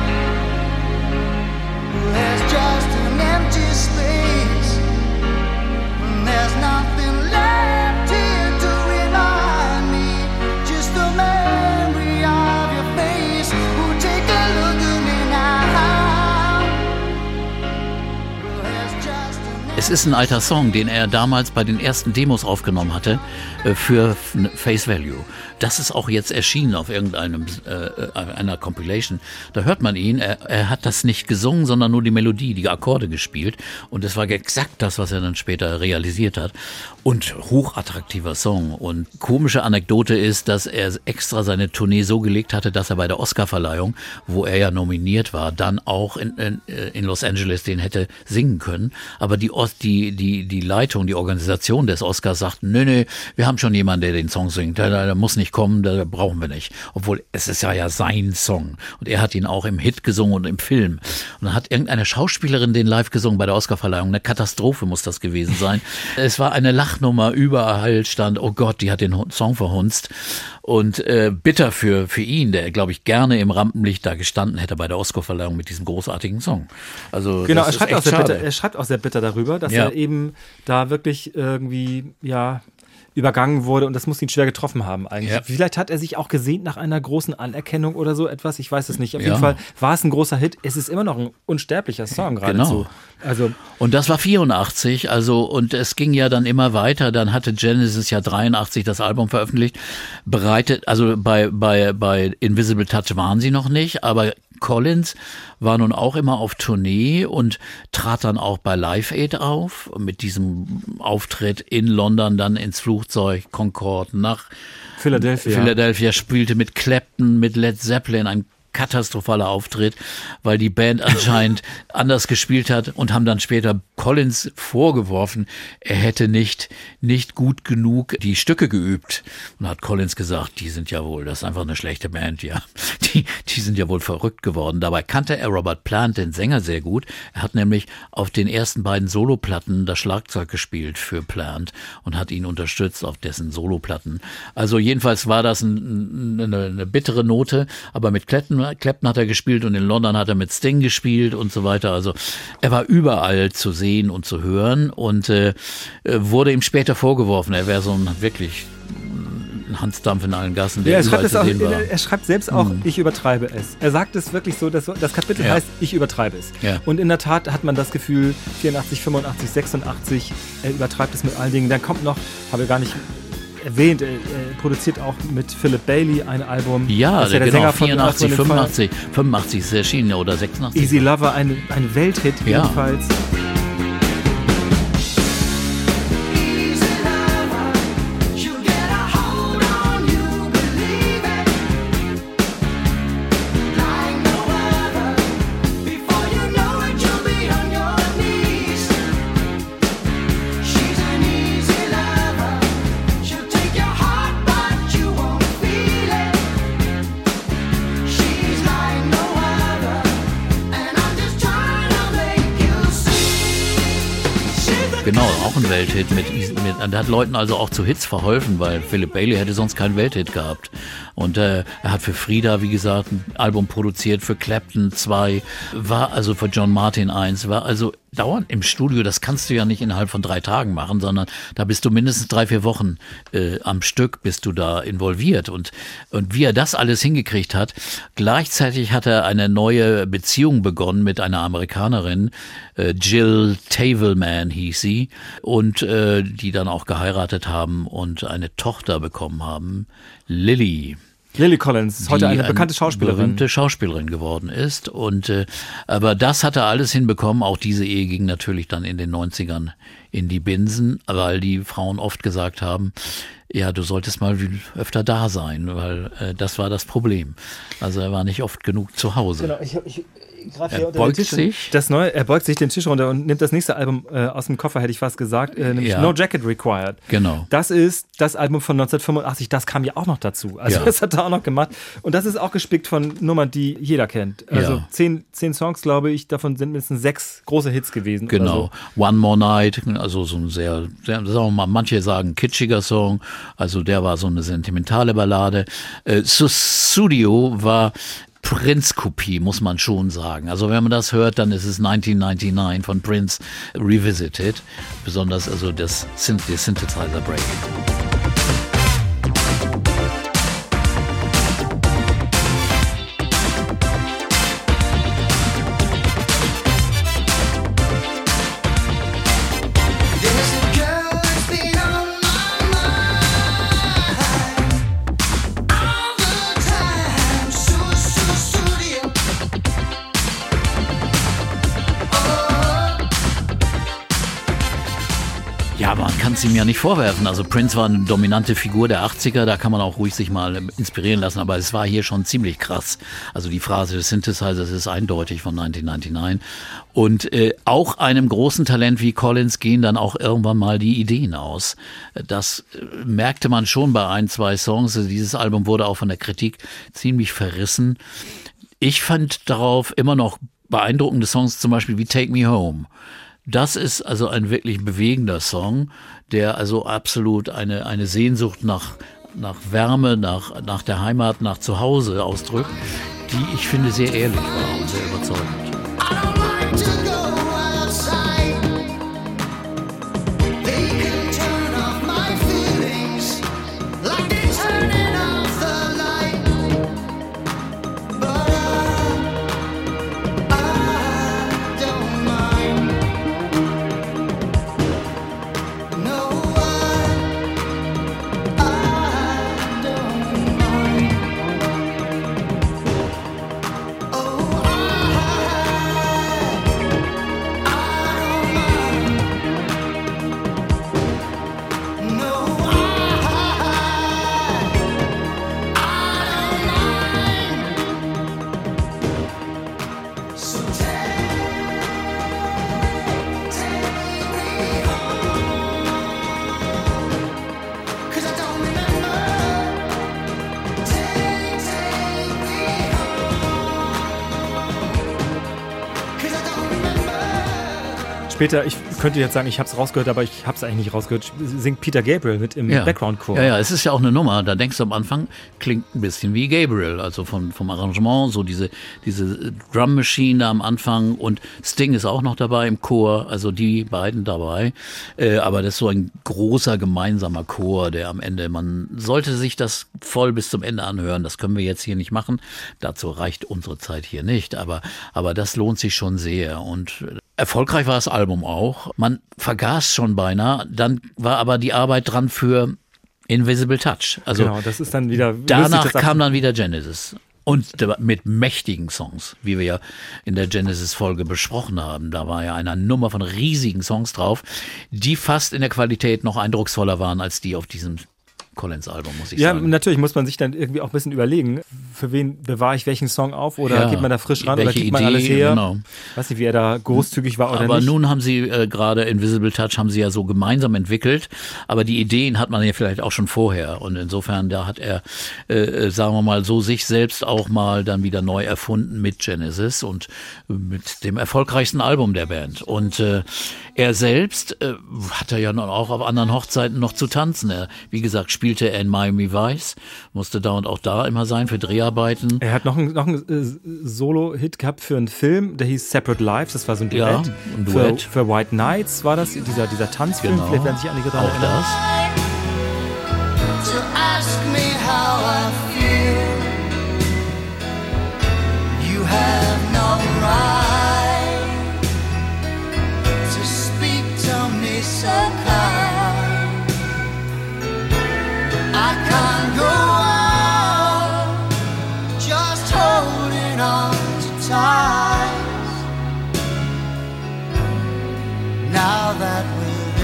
There's just an empty space. There's nothing left here to remind me. Just a memory of your face. Oh, take a look at me now. There's just an Es ist ein alter Song, den er damals bei den ersten Demos aufgenommen hatte für Face Value. Das ist auch jetzt erschienen auf einer Compilation. Da hört man ihn. Er hat das nicht gesungen, sondern nur die Melodie, die Akkorde gespielt. Und das war exakt das, was er dann später realisiert hat. Und hochattraktiver Song. Und komische Anekdote ist, dass er extra seine Tournee so gelegt hatte, dass er bei der Oscarverleihung, wo er ja nominiert war, dann auch in Los Angeles den hätte singen können. Aber die Leitung, die Organisation des Oscars sagt, nee, wir haben schon jemanden, der den Song singt. Der muss nicht kommen, da brauchen wir nicht. Obwohl, es ist ja sein Song. Und er hat ihn auch im Hit gesungen und im Film. Und dann hat irgendeine Schauspielerin den live gesungen bei der Oscarverleihung. Eine Katastrophe muss das gewesen sein. Es war eine Lachnummer, überall stand, oh Gott, die hat den Song verhunzt. Und bitter für ihn, der, glaube ich, gerne im Rampenlicht da gestanden hätte bei der Oscarverleihung mit diesem großartigen Song. Also Genau, das er schreibt auch sehr bitter darüber, dass er eben da wirklich irgendwie, übergangen wurde und das muss ihn schwer getroffen haben eigentlich. Ja. Vielleicht hat er sich auch gesehnt nach einer großen Anerkennung oder so etwas, ich weiß es nicht. Auf jeden Fall war es ein großer Hit. Es ist immer noch ein unsterblicher Song geradezu. Genau. Und das war 84, und es ging ja dann immer weiter. Dann hatte Genesis ja 83 das Album veröffentlicht, bei Invisible Touch waren sie noch nicht, aber Collins war nun auch immer auf Tournee und trat dann auch bei Live Aid auf, mit diesem Auftritt in London, dann ins Flugzeug Concorde nach Philadelphia, spielte mit Clapton, mit Led Zeppelin, ein katastrophaler Auftritt, weil die Band anscheinend anders gespielt hat und haben dann später Collins vorgeworfen, er hätte nicht gut genug die Stücke geübt. Und hat Collins gesagt, das ist einfach eine schlechte Band, ja. Die sind ja wohl verrückt geworden. Dabei kannte er Robert Plant, den Sänger, sehr gut. Er hat nämlich auf den ersten beiden Soloplatten das Schlagzeug gespielt für Plant und hat ihn unterstützt auf dessen Soloplatten. Also jedenfalls war das eine bittere Note, aber mit Clapton hat er gespielt und in London hat er mit Sting gespielt und so weiter. Also er war überall zu sehen und zu hören und wurde ihm später vorgeworfen, er wäre so ein wirklich Hans Dampf in allen Gassen, der überall zu sehen war. Er schreibt selbst auch, ich übertreibe es. Er sagt es wirklich so, das Kapitel heißt, ich übertreibe es. Ja. Und in der Tat hat man das Gefühl, 84, 85, 86, er übertreibt es mit allen Dingen. Dann kommt noch, erwähnt, er produziert auch mit Philip Bailey ein Album. Ja, Das ist genau, Sänger von 84, Earth, Wind and Fire. 85 ist erschienen oder 86. Easy Lover, ein Welthit Ja. jedenfalls. Easy lover, she'll get a hold on you, believe it. Like no other, before you know it, you'll be on your knees. She's an easy lover, she'll take your heart, but you won't feel it. She's like no other, and I'm just trying to make you see. She's the Genau, auch ein Welthit. Der hat Leuten also auch zu Hits verholfen, weil Philip Bailey hätte sonst keinen Welthit gehabt. Und er hat für Frida, wie gesagt, ein Album produziert, für Clapton 2, war also für John Martin 1, war also dauernd im Studio. Das kannst du ja nicht innerhalb von 3 Tagen machen, sondern da bist du mindestens 3-4 Wochen am Stück bist du da involviert. Und wie er das alles hingekriegt hat, gleichzeitig hat er eine neue Beziehung begonnen mit einer Amerikanerin, Jill Tavelman hieß sie, und die dann auch geheiratet haben und eine Tochter bekommen haben, Lily. Lily Collins, heute eine bekannte Schauspielerin. Berühmte Schauspielerin geworden ist. Und aber das hat er alles hinbekommen. Auch diese Ehe ging natürlich dann in den 90ern in die Binsen, weil die Frauen oft gesagt haben, ja, du solltest mal öfter da sein, weil das war das Problem. Also er war nicht oft genug zu Hause. Genau, ich greife Er hier unter beugt den Tisch. sich. Das neue, er beugt sich den Tisch runter und nimmt das nächste Album aus dem Koffer, hätte ich fast gesagt, nämlich Ja. No Jacket Required. Genau. Das ist das Album von 1985, das kam ja auch noch dazu. Also Ja. das hat er auch noch gemacht. Und das ist auch gespickt von Nummern, die jeder kennt. Also Ja. 10 Songs, glaube ich, davon sind mindestens 6 große Hits gewesen. oder Genau. One More Night, also so ein sehr, sagen wir mal, manche sagen kitschiger Song, also der war so eine sentimentale Ballade. Sussudio war Prince-Kopie, muss man schon sagen. Also wenn man das hört, dann ist es 1999 von Prince Revisited, besonders also der Synthesizer Break. There's a girl that's been on my mind all the time. Studio. Ja, man kann es ihm ja nicht vorwerfen. Also Prince war eine dominante Figur der 80er, da kann man auch ruhig sich mal inspirieren lassen, aber es war hier schon ziemlich krass. Also die Phrase des Synthesizers ist eindeutig von 1999. Und auch einem großen Talent wie Collins gehen dann auch irgendwann mal die Ideen aus. Das merkte man schon bei 1, 2 Songs. Also dieses Album wurde auch von der Kritik ziemlich verrissen. Ich fand darauf immer noch beeindruckende Songs, zum Beispiel wie Take Me Home. Das ist also ein wirklich bewegender Song, der also absolut eine Sehnsucht nach Wärme, nach der Heimat, nach Zuhause ausdrückt, die ich finde sehr ehrlich war und sehr überzeugend. I don't like to go outside. They can turn off my feelings like they're turning off the light. But I don't mind. No, I don't mind. Oh, Später, ich könnte jetzt sagen, ich habe es rausgehört, aber ich habe es eigentlich nicht rausgehört, singt Peter Gabriel mit im Background-Chor. Ja, es ist ja auch eine Nummer, da denkst du am Anfang, klingt ein bisschen wie Gabriel, also vom Arrangement, so diese Drum Machine da am Anfang, und Sting ist auch noch dabei im Chor, also die beiden dabei, aber das ist so ein großer gemeinsamer Chor, der am Ende, man sollte sich das voll bis zum Ende anhören, das können wir jetzt hier nicht machen, dazu reicht unsere Zeit hier nicht, aber das lohnt sich schon sehr, und erfolgreich war das Album auch. Man vergaß schon beinahe. Dann war aber die Arbeit dran für Invisible Touch. Also Genau, das ist dann wieder... danach kam dann wieder Genesis. Und mit mächtigen Songs, wie wir ja in der Genesis-Folge besprochen haben. Da war ja eine Nummer von riesigen Songs drauf, die fast in der Qualität noch eindrucksvoller waren als die auf diesem Collins-Album, muss ich sagen. Ja, natürlich muss man sich dann irgendwie auch ein bisschen überlegen, für wen bewahre ich welchen Song auf oder geht man da frisch ran oder gibt man alles her? Genau. Weiß nicht, wie er da großzügig war oder aber nicht. Aber nun haben sie gerade Invisible Touch haben sie ja so gemeinsam entwickelt, aber die Ideen hat man ja vielleicht auch schon vorher und insofern da hat er, sagen wir mal so, sich selbst auch mal dann wieder neu erfunden mit Genesis und mit dem erfolgreichsten Album der Band und er selbst hatte ja noch auch auf anderen Hochzeiten noch zu tanzen. Er, wie gesagt, spielte er in Miami Vice, musste da und auch da immer sein für Dreharbeiten. Er hat noch einen Solo-Hit gehabt für einen Film, der hieß Separate Lives, das war so ein Duett. Ja, ein Duett. Für White Nights war das, dieser Tanzfilm, Genau. vielleicht werden sich einige daran Auch erinnern. das. To ask me how I feel, you have no right to speak to me so kind. I can't go on just holding on to ties. Now that we're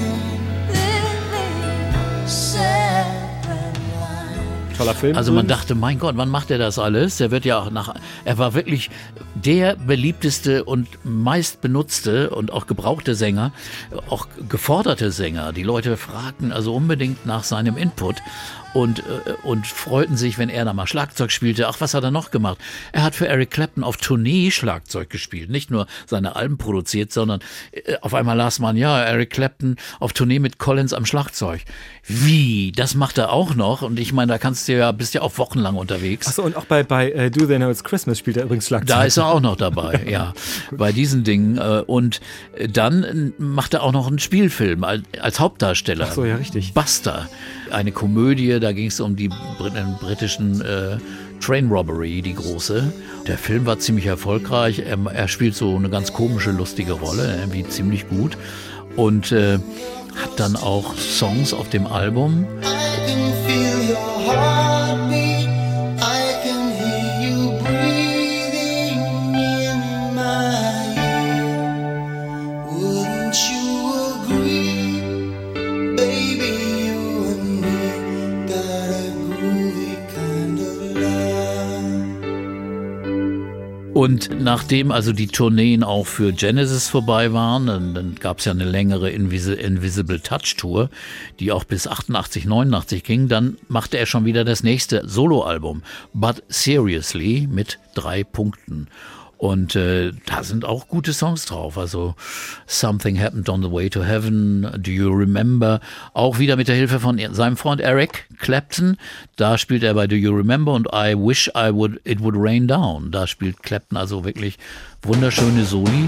living separate lives. Toller Film. Also man dachte, mein Gott, wann macht er das alles? Er wird ja auch er war wirklich der beliebteste und meist benutzte und auch gebrauchte Sänger, auch geforderte Sänger. Die Leute fragten also unbedingt nach seinem Input und freuten sich, wenn er da mal Schlagzeug spielte. Ach, was hat er noch gemacht? Er hat für Eric Clapton auf Tournee Schlagzeug gespielt. Nicht nur seine Alben produziert, sondern auf einmal las man, ja, Eric Clapton auf Tournee mit Collins am Schlagzeug. Wie? Das macht er auch noch? Und ich meine, da bist ja auch wochenlang unterwegs. Achso, und auch bei Do They Know It's Christmas spielt er übrigens Schlagzeug. Da ist er auch noch dabei, ja, bei diesen Dingen. Und dann macht er auch noch einen Spielfilm als Hauptdarsteller. Ach so, ja, richtig. Buster, eine Komödie, da ging es um die britischen Train Robbery, die große. Der Film war ziemlich erfolgreich. Er spielt so eine ganz komische, lustige Rolle, irgendwie ziemlich gut. Und hat dann auch Songs auf dem Album. I can feel your heartbeat. I can hear you breathing in my ear. Wouldn't you agree, baby? You and me got a groovy kind of love. Und nachdem also die Tourneen auch für Genesis vorbei waren, dann gab es ja eine längere Invisible Touch Tour, die auch bis 88, 89 ging, dann machte er schon wieder das nächste Soloalbum, But Seriously, mit 3 Punkten. Und da sind auch gute Songs drauf, also Something Happened on the Way to Heaven, Do You Remember, auch wieder mit der Hilfe von seinem Freund Eric Clapton, da spielt er bei Do You Remember und I Wish It Would Rain Down, da spielt Clapton also wirklich wunderschöne Soli.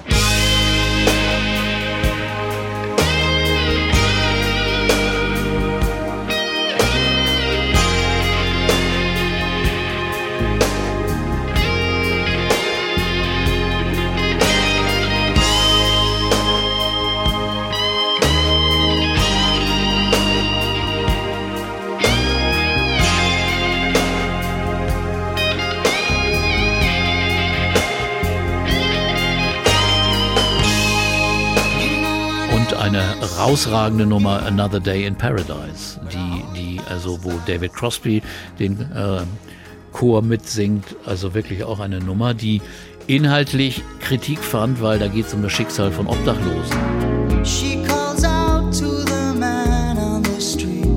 Eine herausragende Nummer, Another Day in Paradise, die also wo David Crosby den Chor mitsingt, also wirklich auch eine Nummer, die inhaltlich Kritik fand, weil da geht es um das Schicksal von Obdachlosen. She calls out to the man on the street.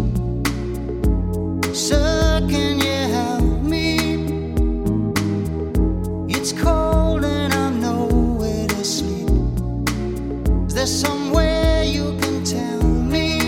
Sir, can you help me? It's cold and I'm nowhere to sleep. Is there somewhere you can tell me?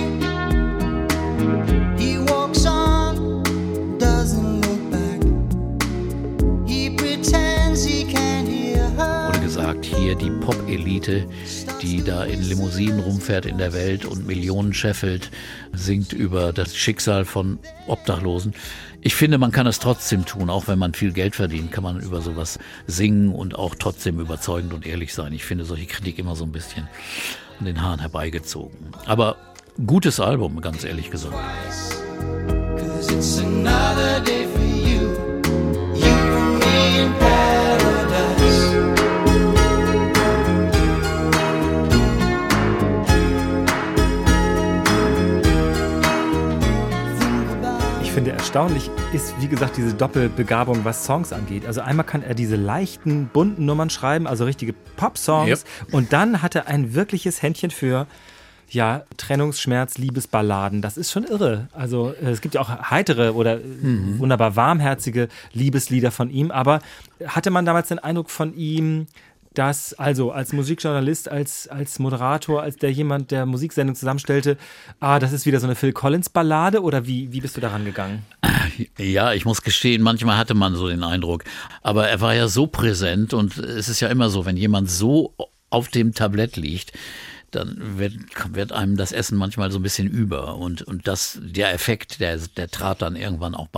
He walks on, doesn't look back. He pretends he can't hear her. Wurde gesagt, hier die Pop-Elite, die da in Limousinen rumfährt in der Welt und Millionen scheffelt, singt über das Schicksal von Obdachlosen. Ich finde, man kann es trotzdem tun, auch wenn man viel Geld verdient, kann man über sowas singen und auch trotzdem überzeugend und ehrlich sein. Ich finde solche Kritik immer so ein bisschen an den Haaren herbeigezogen. Aber Gutes Album, ganz ehrlich gesagt. 'Cause it's another day for you, you and me in paradise. Ich finde, erstaunlich ist, wie gesagt, diese Doppelbegabung, was Songs angeht. Also einmal kann er diese leichten, bunten Nummern schreiben, also richtige Pop-Songs. Yep. Und dann hat er ein wirkliches Händchen für, ja, Trennungsschmerz, Liebesballaden. Das ist schon irre. Also es gibt ja auch heitere oder wunderbar warmherzige Liebeslieder von ihm. Aber hatte man damals den Eindruck von ihm, dass also als Musikjournalist, als Moderator, als jemand, der Musiksendung zusammenstellte, das ist wieder so eine Phil Collins-Ballade, oder wie bist du daran gegangen? Ja, ich muss gestehen, manchmal hatte man so den Eindruck. Aber er war ja so präsent, und es ist ja immer so, wenn jemand so auf dem Tablett liegt, dann wird einem das Essen manchmal so ein bisschen über, und der Effekt, der trat dann irgendwann auch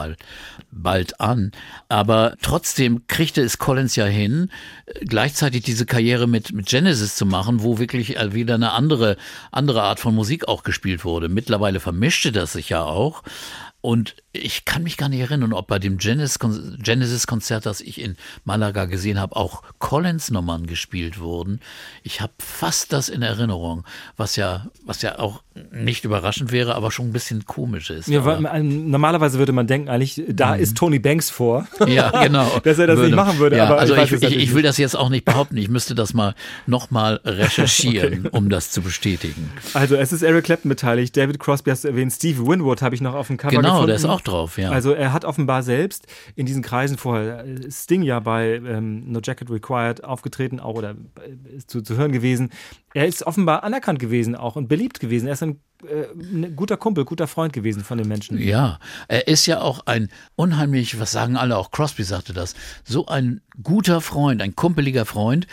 bald an. Aber trotzdem kriegte es Collins ja hin, gleichzeitig diese Karriere mit Genesis zu machen, wo wirklich wieder eine andere Art von Musik auch gespielt wurde. Mittlerweile vermischte das sich ja auch. Und ich kann mich gar nicht erinnern, ob bei dem Genesis-Konzert, das ich in Malaga gesehen habe, auch Collins-Nummern gespielt wurden. Ich habe fast das in Erinnerung, was ja auch nicht überraschend wäre, aber schon ein bisschen komisch ist. Ja, normalerweise würde man denken, eigentlich, da ist Tony Banks vor. Ja, genau. Dass er das nicht machen würde. Ja, aber also ich will das jetzt auch nicht behaupten. Ich müsste das nochmal recherchieren, um das zu bestätigen. Also es ist Eric Clapton beteiligt, David Crosby hast du erwähnt, Steve Winwood habe ich noch auf dem Cover gefunden. Genau, der ist auch drauf, ja. Also er hat offenbar selbst in diesen Kreisen vorher, Sting ja bei No Jacket Required aufgetreten, auch, oder zu hören gewesen. Er ist offenbar anerkannt gewesen auch und beliebt gewesen. Er ist ein guter Kumpel, guter Freund gewesen von den Menschen. Ja, er ist ja auch ein unheimlich, was sagen alle, auch Crosby sagte das, so ein guter Freund, ein kumpeliger Freund,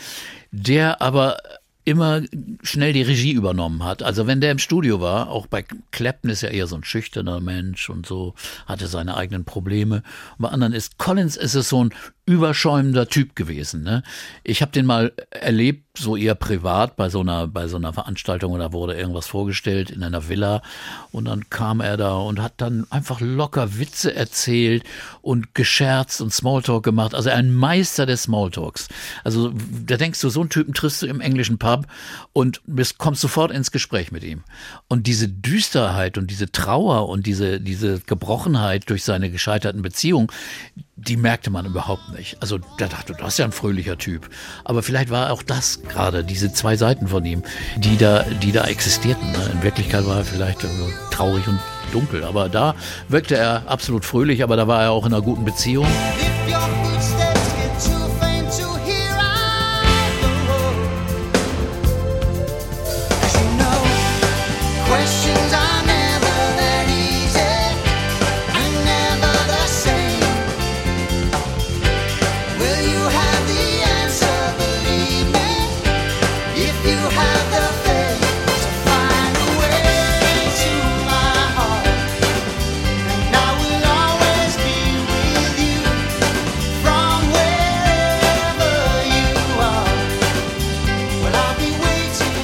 der aber immer schnell die Regie übernommen hat. Also wenn der im Studio war, auch bei Clapton ist ja eher so ein schüchterner Mensch und so, hatte seine eigenen Probleme. Und bei anderen Collins ist es so ein überschäumender Typ gewesen. Ne? Ich habe den mal erlebt, so eher privat, bei so einer Veranstaltung, oder wurde irgendwas vorgestellt in einer Villa, und dann kam er da und hat dann einfach locker Witze erzählt und gescherzt und Smalltalk gemacht. Also ein Meister des Smalltalks. Also da denkst du, so einen Typen triffst du im englischen Pub und kommst sofort ins Gespräch mit ihm. Und diese Düsterheit und diese Trauer und diese Gebrochenheit durch seine gescheiterten Beziehungen, die merkte man überhaupt nicht. Also da dachte ich, das ist ja ein fröhlicher Typ. Aber vielleicht war auch das gerade, diese zwei Seiten von ihm, die da existierten. In Wirklichkeit war er vielleicht traurig und dunkel. Aber da wirkte er absolut fröhlich, aber da war er auch in einer guten Beziehung. If your footsteps get too faint to hear, I go. As you know, questions are never that easy, and never the same. Will you have the answer, believe me, if you have the faith to find a way to my heart, and I will always be with you from wherever you are. Well, I'll be waiting,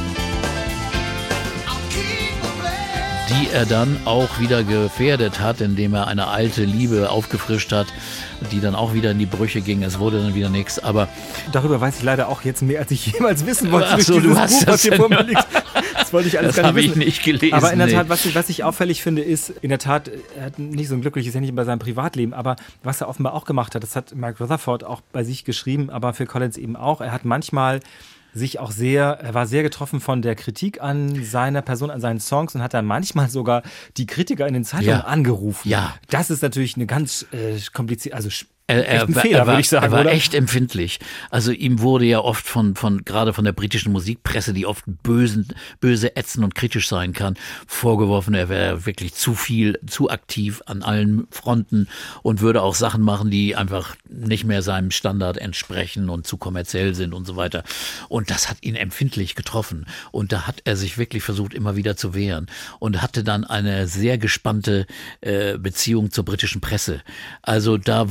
I'll keep a place. Die er dann auch wieder gefährdet hat, indem er eine alte Liebe aufgefrischt hat, die dann auch wieder in die Brüche ging. Es wurde dann wieder nichts, aber Darüber weiß ich leider auch jetzt mehr, als ich jemals wissen wollte. Ach so, durch du dieses hast Buch, das was hier vor mir liegt. Das wollte ich alles das gar nicht habe ich wissen. nicht gelesen. Aber in der nee. Tat, was ich auffällig finde, ist, in der Tat, er hat nicht so ein glückliches Händchen bei seinem Privatleben, aber was er offenbar auch gemacht hat, das hat Mark Rutherford auch bei sich geschrieben, aber Phil Collins eben auch. Er hat manchmal er war sehr getroffen von der Kritik an seiner Person, an seinen Songs, und hat dann manchmal sogar die Kritiker in den Zeitungen Ja. angerufen. Ja. Das ist natürlich eine ganz komplizierte, also Er ein Fehler, würde ich sagen, er war oder? echt empfindlich. Also ihm wurde ja oft gerade von der britischen Musikpresse, die oft böse, ätzend und kritisch sein kann, vorgeworfen, er wäre wirklich zu aktiv an allen Fronten und würde auch Sachen machen, die einfach nicht mehr seinem Standard entsprechen und zu kommerziell sind und so weiter. Und das hat ihn empfindlich getroffen. Und da hat er sich wirklich versucht, immer wieder zu wehren und hatte dann eine sehr gespannte Beziehung zur britischen Presse. Also da wurde er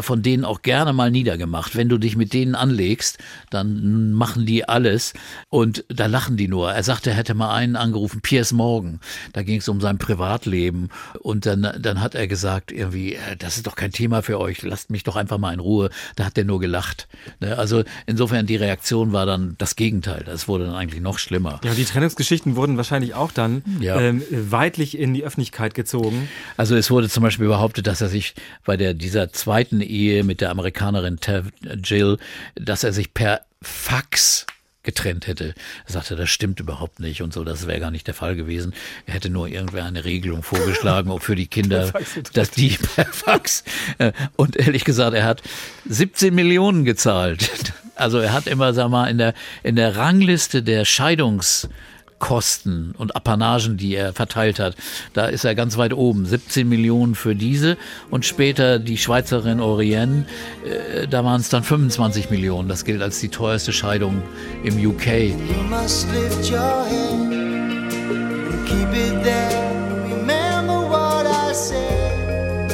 von denen auch gerne mal niedergemacht. Wenn du dich mit denen anlegst, dann machen die alles und da lachen die nur. Er sagte, er hätte mal einen angerufen, Piers Morgan. Da ging es um sein Privatleben und dann hat er gesagt, irgendwie, das ist doch kein Thema für euch, lasst mich doch einfach mal in Ruhe. Da hat er nur gelacht. Also insofern, die Reaktion war dann das Gegenteil. Das wurde dann eigentlich noch schlimmer. Ja, die Trennungsgeschichten wurden wahrscheinlich auch dann weitlich in die Öffentlichkeit gezogen. Also es wurde zum Beispiel behauptet, dass er sich bei dieser zweiten Ehe mit der Amerikanerin Jill, dass er sich per Fax getrennt hätte. Er sagte, das stimmt überhaupt nicht und so, das wäre gar nicht der Fall gewesen. Er hätte nur irgendwer eine Regelung vorgeschlagen, auch für die Kinder, dass die per Fax. Und ehrlich gesagt, er hat 17 Millionen gezahlt. Also er hat immer, sag mal, in der Rangliste der Scheidungskosten und Apanagen, die er verteilt hat, da ist er ganz weit oben. 17 Millionen für diese und später die Schweizerin Oriane, da waren es dann 25 Millionen. Das gilt als die teuerste Scheidung im UK. You must lift your hand and keep it there. Remember what I said.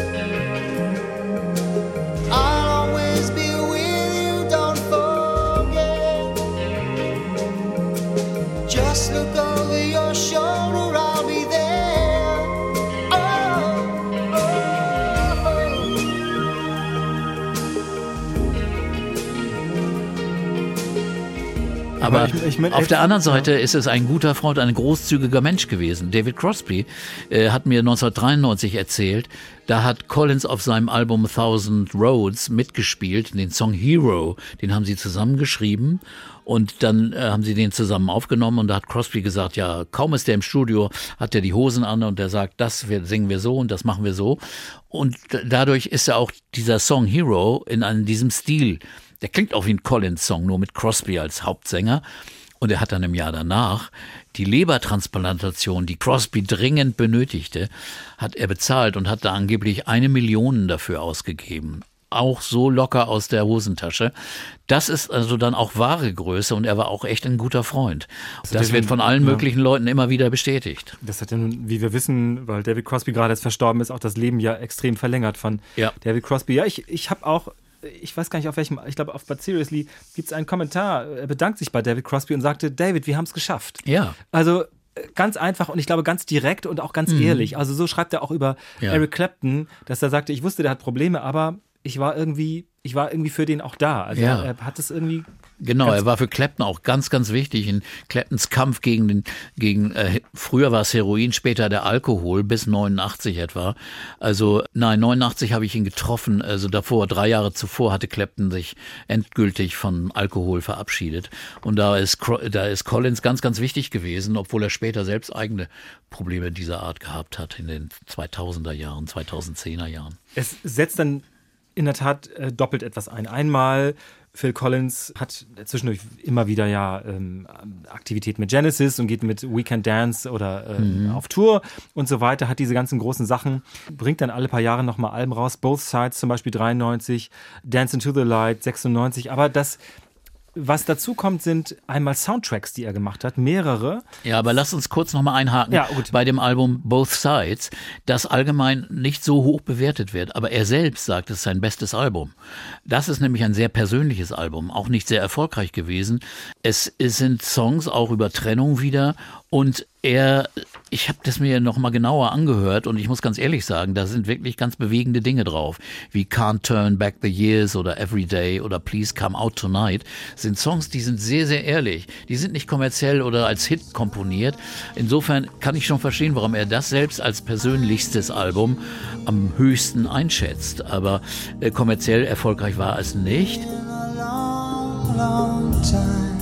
I'll always be with you, don't forget. Just look over your shoulder, I'll be there. Oh, Aber ich mein, auf der anderen Seite ist es ein guter Freund, ein großzügiger Mensch gewesen. David Crosby hat mir 1993 erzählt, da hat Collins auf seinem Album 1000 Roads mitgespielt, den Song Hero, den haben sie zusammen geschrieben und dann haben sie den zusammen aufgenommen und da hat Crosby gesagt, ja, kaum ist der im Studio, hat er die Hosen an und der sagt, das singen wir so und das machen wir so und dadurch ist ja auch dieser Song Hero in diesem Stil. Der klingt auch wie ein Collins-Song, nur mit Crosby als Hauptsänger. Und er hat dann im Jahr danach die Lebertransplantation, die Crosby dringend benötigte, hat er bezahlt und hat da angeblich 1 Million dafür ausgegeben. Auch so locker aus der Hosentasche. Das ist also dann auch wahre Größe und er war auch echt ein guter Freund. Das wird von allen möglichen Leuten immer wieder bestätigt. Das hat ja nun, wie wir wissen, weil David Crosby gerade jetzt verstorben ist, auch das Leben ja extrem verlängert von David Crosby. Ja, ich habe auch, ich weiß gar nicht auf welchem, ich glaube auf But Seriously gibt es einen Kommentar, er bedankt sich bei David Crosby und sagte, David, wir haben es geschafft. Ja. Also ganz einfach und ich glaube ganz direkt und auch ganz ehrlich. Also so schreibt er auch über Eric Clapton, dass er sagte, ich wusste, der hat Probleme, aber ich war irgendwie für den auch da. Also er hat es irgendwie... Genau, er war für Clapton auch ganz, ganz wichtig in Claptons Kampf gegen früher war es Heroin, später der Alkohol, bis 89 etwa. Also, nein, 89 habe ich ihn getroffen, also davor, 3 Jahre zuvor hatte Clapton sich endgültig von Alkohol verabschiedet. Und da ist Collins ganz, ganz wichtig gewesen, obwohl er später selbst eigene Probleme dieser Art gehabt hat in den 2000er Jahren, 2010er Jahren. Es setzt dann in der Tat doppelt etwas ein. Einmal, Phil Collins hat zwischendurch immer wieder Aktivität mit Genesis und geht mit We Can Dance oder auf Tour und so weiter, hat diese ganzen großen Sachen, bringt dann alle paar Jahre nochmal Alben raus, Both Sides zum Beispiel 93, Dance Into the Light 96, aber was dazu kommt, sind einmal Soundtracks, die er gemacht hat, mehrere. Ja, aber lass uns kurz nochmal einhaken bei dem Album Both Sides, das allgemein nicht so hoch bewertet wird, aber er selbst sagt, es ist sein bestes Album. Das ist nämlich ein sehr persönliches Album, auch nicht sehr erfolgreich gewesen. Es sind Songs auch über Trennung wieder und ich habe das mir noch mal genauer angehört und ich muss ganz ehrlich sagen, da sind wirklich ganz bewegende Dinge drauf, wie Can't Turn Back the Years oder Everyday oder Please Come Out Tonight, sind Songs, die sind sehr, sehr ehrlich. Die sind nicht kommerziell oder als Hit komponiert. Insofern kann ich schon verstehen, warum er das selbst als persönlichstes Album am höchsten einschätzt. Aber kommerziell erfolgreich war es nicht. long, long time,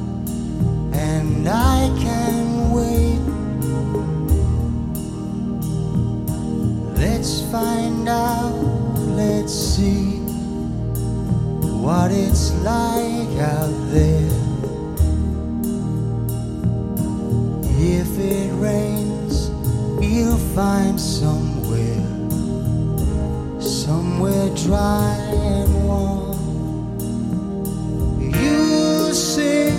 and I can wait. Let's find out, let's see what it's like out there. If it rains, we'll find somewhere dry and warm. You say,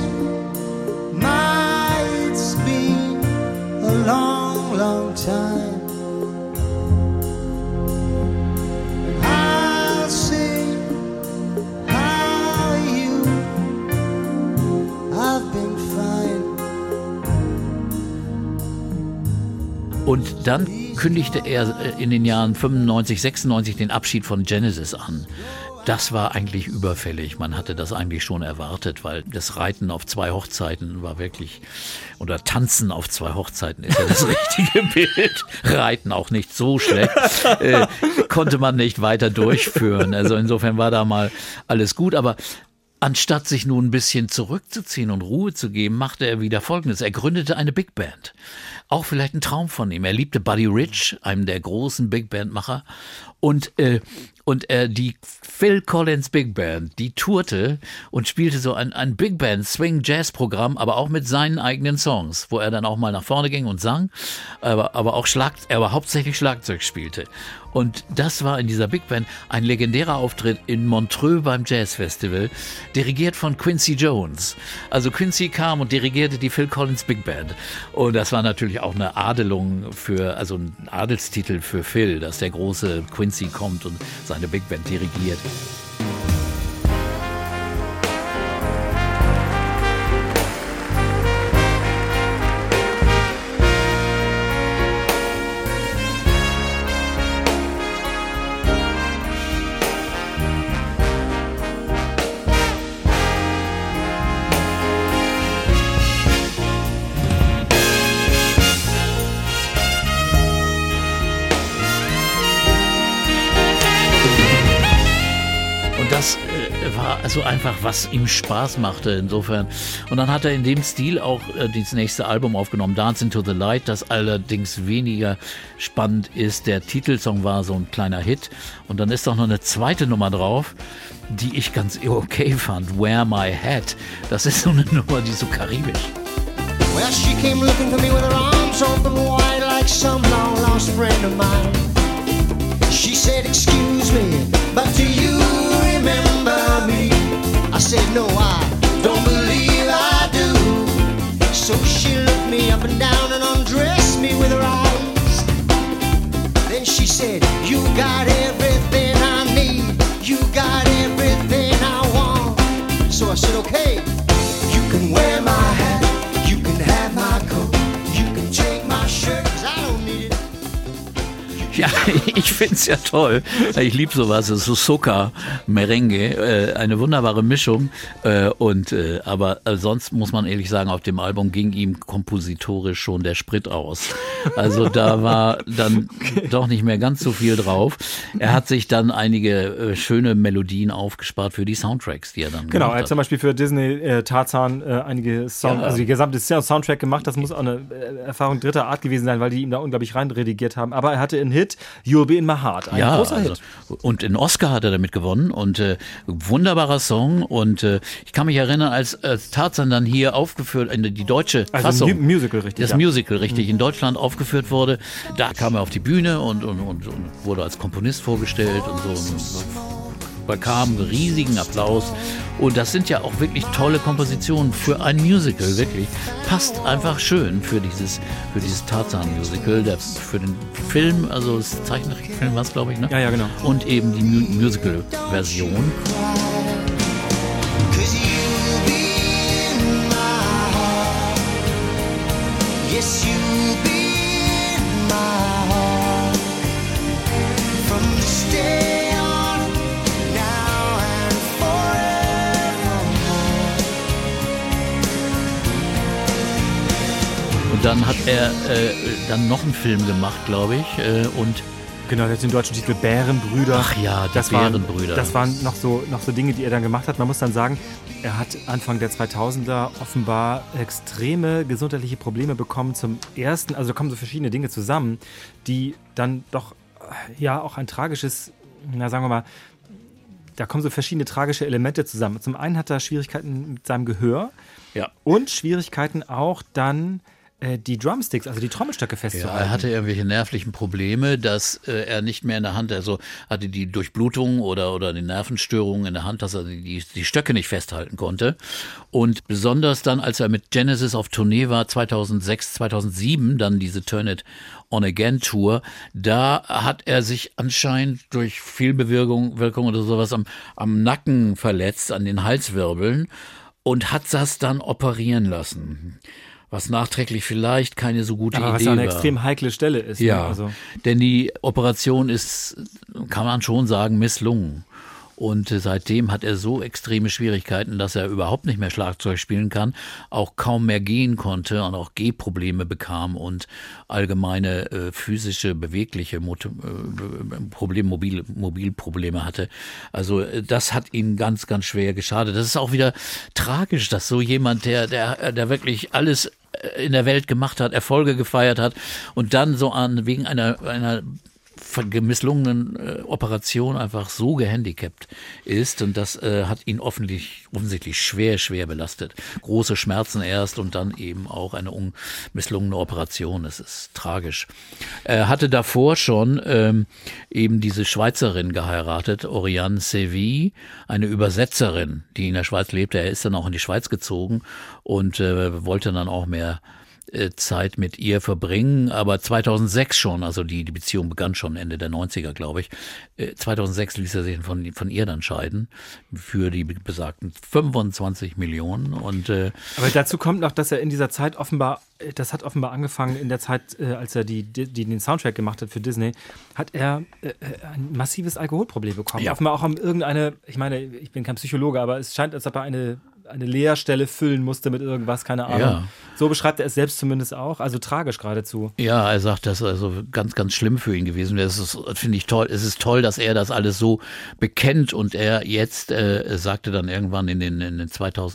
it's been a long, long time. I'll say, Und dann kündigte er in den Jahren 95, 96 den Abschied von Genesis an. Das war eigentlich überfällig. Man hatte das eigentlich schon erwartet, weil das Reiten auf 2 Hochzeiten war wirklich, oder Tanzen auf 2 Hochzeiten ist ja das richtige Bild. Reiten auch nicht so schlecht, konnte man nicht weiter durchführen. Also insofern war da mal alles gut, aber anstatt sich nun ein bisschen zurückzuziehen und Ruhe zu geben, machte er wieder Folgendes. Er gründete eine Big Band. Auch vielleicht ein Traum von ihm. Er liebte Buddy Rich, einem der großen Big Band-Macher. Und die Phil Collins Big Band, die tourte und spielte so ein Big Band Swing Jazz Programm, aber auch mit seinen eigenen Songs, wo er dann auch mal nach vorne ging und sang, aber auch hauptsächlich Schlagzeug spielte. Und das war in dieser Big Band ein legendärer Auftritt in Montreux beim Jazz Festival, dirigiert von Quincy Jones. Also Quincy kam und dirigierte die Phil Collins Big Band. Und das war natürlich auch eine Adelung also ein Adelstitel für Phil, dass der große Quincy kommt und seine Big Band dirigiert. Das war also einfach, was ihm Spaß machte insofern. Und dann hat er in dem Stil auch das nächste Album aufgenommen, Dance into the Light, das allerdings weniger spannend ist. Der Titelsong war so ein kleiner Hit. Und dann ist auch noch eine zweite Nummer drauf, die ich ganz okay fand, Wear My Hat. Das ist so eine Nummer, die ist so karibisch. Well, she came looking for me with her arms open wide like some long-lost friend of mine. She said, excuse me, but do you remember me? I said, no, I don't believe I do. So she looked me up and down and undressed me with her eyes. Then she said, you got everything I need. You got everything I want. So I said, okay, you can wear my hat. You can have my coat. You can take my shirt, 'cause I don't need it. Ja, ich find's ja toll. Ich liebe sowas. Es ist so Soca, Merengue, eine wunderbare Mischung. Aber sonst muss man ehrlich sagen, auf dem Album ging ihm kompositorisch schon der Sprit aus. Also da war dann doch nicht mehr ganz so viel drauf. Er hat sich dann einige schöne Melodien aufgespart für die Soundtracks, die er dann Genau, gemacht er hat zum Beispiel für Disney Tarzan einige also die gesamte Soundtrack gemacht. Das muss auch eine Erfahrung dritter Art gewesen sein, weil die ihm da unglaublich rein redigiert haben. Aber er hatte einen Hit, You'll Be in My Heart. Ein großer Hit. Und in Oscar hat er damit gewonnen und wunderbarer Song. Und ich kann mich erinnern, als Tarzan dann hier aufgeführt, die deutsche Fassung. Also Musical, richtig. Das Musical, richtig, in Deutschland aufgeführt wurde. Da kam er auf die Bühne und wurde als Komponist vorgestellt und so. Bekam riesigen Applaus. Und das sind ja auch wirklich tolle Kompositionen für ein Musical, wirklich. Passt einfach schön für dieses Tarzan-Musical, für den Film, also das Zeichentrickfilm war es, glaube ich, ne? Ja, genau. Und eben die Musical-Version. 'Cause you'll be in my heart. Yes, you'll be in my heart. From this day on, now and forevermore. Und dann hat er dann noch einen Film gemacht, glaube ich, und Genau, der hat den deutschen Titel Bärenbrüder. ach ja, die Das Bärenbrüder. Das waren noch so Dinge, die er dann gemacht hat. Man muss dann sagen, er hat Anfang der 2000er offenbar extreme gesundheitliche Probleme bekommen. Zum ersten, also da kommen so verschiedene Dinge zusammen, die dann doch ja auch ein tragisches, sagen wir mal, da kommen so verschiedene tragische Elemente zusammen. Zum einen hat er Schwierigkeiten mit seinem Gehör Ja. und Schwierigkeiten auch dann die Drumsticks, also die Trommelstöcke Ja, festzuhalten. er hatte irgendwelche nervlichen Probleme, dass er nicht mehr in der Hand, also hatte die Durchblutung oder die Nervenstörungen in der Hand, dass er die Stöcke nicht festhalten konnte. Und besonders dann, als er mit Genesis auf Tournee war, 2006, 2007, dann diese Turn It On Again Tour, da hat er sich anscheinend durch Fehlbewirkung oder sowas am Nacken verletzt, an den Halswirbeln und hat das dann operieren lassen. Was nachträglich vielleicht keine so gute Aber Idee was ja eine war. extrem heikle Stelle ist. Ja, Ne? Also, denn die Operation ist, kann man schon sagen, misslungen. Und seitdem hat er so extreme Schwierigkeiten, dass er überhaupt nicht mehr Schlagzeug spielen kann, auch kaum mehr gehen konnte und auch Gehprobleme bekam und allgemeine physische, bewegliche Mobilprobleme hatte. Also das hat ihn ganz, ganz schwer geschadet. Das ist auch wieder tragisch, dass so jemand, der wirklich alles in der Welt gemacht hat, Erfolge gefeiert hat und dann so wegen einer misslungenen Operation einfach so gehandicapt ist und das hat ihn offensichtlich schwer belastet. Große Schmerzen erst und dann eben auch eine misslungene Operation. Das ist tragisch. Er hatte davor schon eben diese Schweizerin geheiratet, Oriane Séville, eine Übersetzerin, die in der Schweiz lebte. Er ist dann auch in die Schweiz gezogen und wollte dann auch mehr Zeit mit ihr verbringen, aber 2006 schon, also die Beziehung begann schon Ende der 90er, glaube ich. 2006 ließ er sich von ihr dann scheiden für die besagten 25 Millionen. Und aber dazu kommt noch, dass er in dieser Zeit das hat offenbar angefangen in der Zeit, als er den Soundtrack gemacht hat für Disney, hat er ein massives Alkoholproblem bekommen. Ja. Offenbar auch ich meine, ich bin kein Psychologe, aber es scheint, als ob er eine Leerstelle füllen musste mit irgendwas, keine Ahnung. Ja. So beschreibt er es selbst zumindest auch, also tragisch geradezu. Ja, er sagt, das ist also ganz, ganz schlimm für ihn gewesen. Das finde ich toll. Es ist toll, dass er das alles so bekennt und er jetzt sagte dann irgendwann in den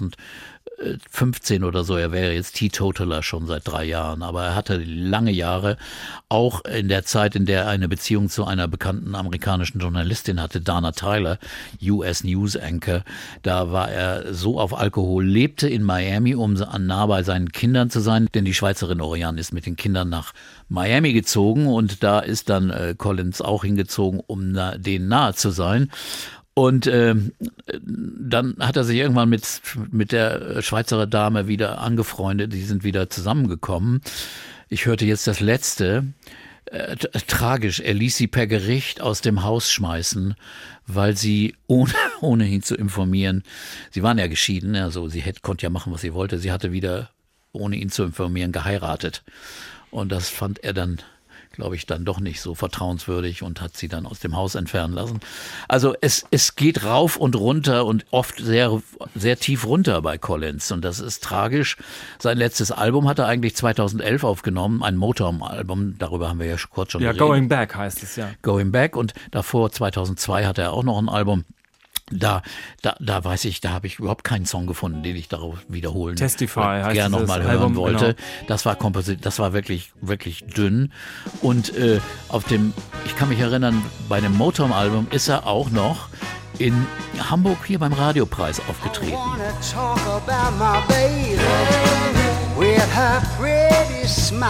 2015 oder so, er wäre jetzt Teetotaler schon seit 3 Jahren, aber er hatte lange Jahre, auch in der Zeit, in der er eine Beziehung zu einer bekannten amerikanischen Journalistin hatte, Dana Tyler, US News Anchor, da war er so auf Alkohol, lebte in Miami, um nah bei seinen Kindern zu sein, denn die Schweizerin Oriane ist mit den Kindern nach Miami gezogen und da ist dann Collins auch hingezogen, um denen nahe zu sein. Und dann hat er sich irgendwann mit der Schweizer Dame wieder angefreundet, die sind wieder zusammengekommen. Ich hörte jetzt das Letzte, tragisch, er ließ sie per Gericht aus dem Haus schmeißen, weil sie, ohne ihn zu informieren, sie waren ja geschieden, also sie konnte ja machen, was sie wollte, sie hatte wieder, ohne ihn zu informieren, geheiratet. Und das fand er dann, glaube ich, dann doch nicht so vertrauenswürdig und hat sie dann aus dem Haus entfernen lassen. Also es geht rauf und runter und oft sehr, sehr tief runter bei Collins und das ist tragisch. Sein letztes Album hat er eigentlich 2011 aufgenommen, ein Motown-Album, darüber haben wir ja kurz schon geredet. Going Back heißt es, ja. Going Back und davor 2002 hatte er auch noch ein Album. Da weiß ich, da habe ich überhaupt keinen Song gefunden, den ich darauf wiederholen Testify heißt gerne dieses nochmal hören Album, wollte. genau. Das war wirklich, wirklich dünn. Und ich kann mich erinnern, bei dem Motown-Album ist er auch noch in Hamburg hier beim Radiopreis aufgetreten. Wanna talk about my baby with her pretty smile.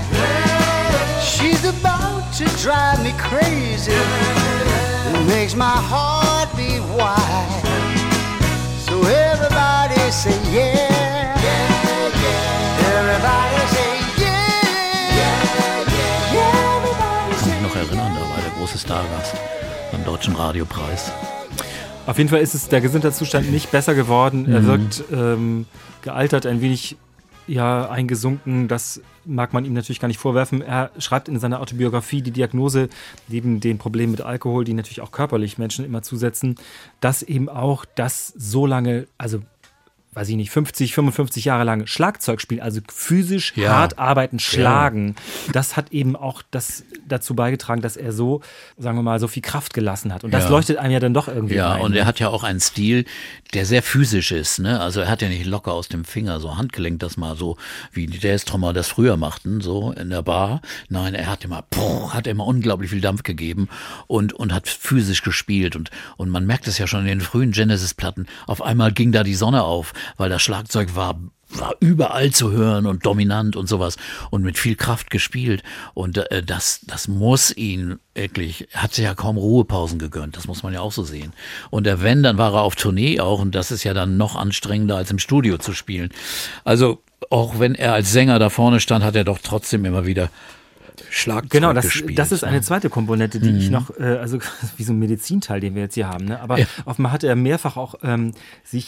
She's about to drive me crazy. It makes my heart beat wild. So everybody say yeah, yeah, yeah. Everybody say yeah, yeah, yeah. Everybody Kann say mich noch erinnern, da war der große Stargast beim Deutschen Radiopreis. Auf jeden Fall ist der Gesundheitszustand nicht besser geworden. Er wirkt gealtert, ein wenig eingesunken. Das mag man ihm natürlich gar nicht vorwerfen. Er schreibt in seiner Autobiografie die Diagnose, neben den Problemen mit Alkohol, die natürlich auch körperlich Menschen immer zusetzen, dass eben auch das so lange, also weiß ich nicht, 50, 55 Jahre lang Schlagzeug spielen, also physisch hart arbeiten, schlagen, das hat eben auch dazu beigetragen, dass er so, sagen wir mal, so viel Kraft gelassen hat. Und das leuchtet einem ja dann doch irgendwie ein. Und er hat ja auch einen Stil, der sehr physisch ist, ne? Also er hat ja nicht locker aus dem Finger so Handgelenk, das mal so, wie die Jazz-Trommer das früher machten, so in der Bar. Nein, er hat immer unglaublich viel Dampf gegeben und hat physisch gespielt und man merkt es ja schon in den frühen Genesis-Platten. Auf einmal ging da die Sonne auf, weil das Schlagzeug war überall zu hören und dominant und sowas und mit viel Kraft gespielt und das muss ihn wirklich, hat sich ja kaum Ruhepausen gegönnt, das muss man ja auch so sehen. Und dann war er auf Tournee auch und das ist ja dann noch anstrengender als im Studio zu spielen. Also auch wenn er als Sänger da vorne stand, hat er doch trotzdem immer wieder Schlagzeug gespielt. Das ist eine zweite Komponente, die ich noch, also wie so ein Medizinteil, den wir jetzt hier haben, ne? Aber offenbar hat er mehrfach auch sich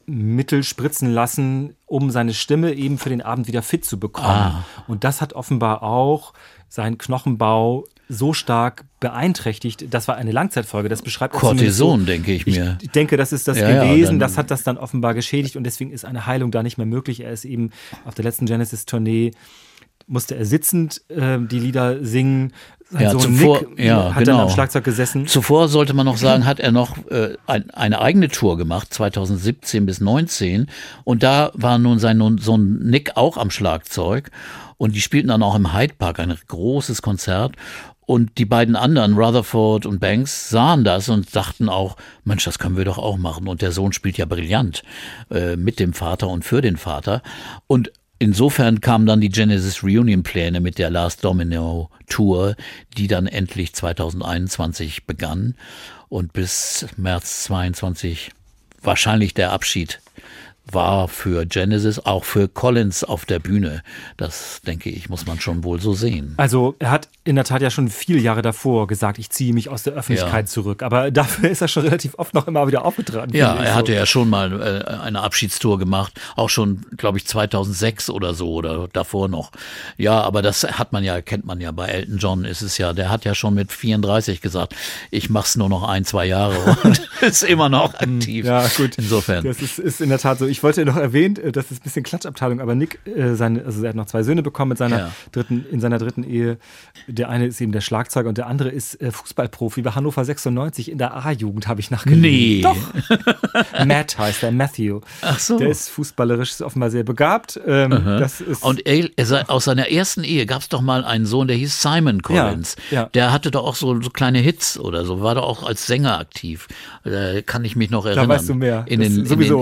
Mittel spritzen lassen, um seine Stimme eben für den Abend wieder fit zu bekommen. Und das hat offenbar auch seinen Knochenbau so stark beeinträchtigt. Das war eine Langzeitfolge, das beschreibt Cortison, denke ich mir. Ich denke, das ist das gewesen. Das hat das dann offenbar geschädigt und deswegen ist eine Heilung da nicht mehr möglich. Er ist eben auf der letzten Genesis-Tournee, musste er sitzend die Lieder singen. Sein Sohn Nick hat dann am Schlagzeug gesessen. Zuvor sollte man noch sagen, hat er noch eine eigene Tour gemacht, 2017 bis 2019. Und da war nun sein Sohn Nick auch am Schlagzeug. Und die spielten dann auch im Hyde Park ein großes Konzert. Und die beiden anderen, Rutherford und Banks, sahen das und dachten auch, Mensch, das können wir doch auch machen. Und der Sohn spielt ja brillant mit dem Vater und für den Vater. Und insofern kamen dann die Genesis Reunion-Pläne mit der Last Domino Tour, die dann endlich 2021 begann und bis März 22 wahrscheinlich der Abschied war für Genesis, auch für Collins auf der Bühne. Das, denke ich, muss man schon wohl so sehen. Also er hat in der Tat ja schon viele Jahre davor gesagt, ich ziehe mich aus der Öffentlichkeit zurück. Aber dafür ist er schon relativ oft noch immer wieder aufgetreten. Ja, er hatte ja schon mal eine Abschiedstour gemacht, auch schon, glaube ich, 2006 oder so oder davor noch. Ja, aber das kennt man ja bei Elton John ist es ja, der hat ja schon mit 34 gesagt, ich mach's nur noch 1-2 Jahre und ist immer noch aktiv. Ja, gut. Insofern. Das ist in der Tat so. Ich wollte noch erwähnen, das ist ein bisschen Klatschabteilung, aber Nick, er hat noch 2 Söhne bekommen mit seiner dritten Ehe. Der eine ist eben der Schlagzeuger und der andere ist Fußballprofi bei Hannover 96 in der A-Jugend, habe ich nachgelesen. Nee. Doch. Matt heißt der, Matthew. Ach so. Der ist fußballerisch, ist offenbar sehr begabt. Das ist und aus seiner ersten Ehe gab es doch mal einen Sohn, der hieß Simon Collins. Ja. Der hatte doch auch so kleine Hits oder so, war doch auch als Sänger aktiv. Kann ich mich noch erinnern. Da weißt du mehr. In den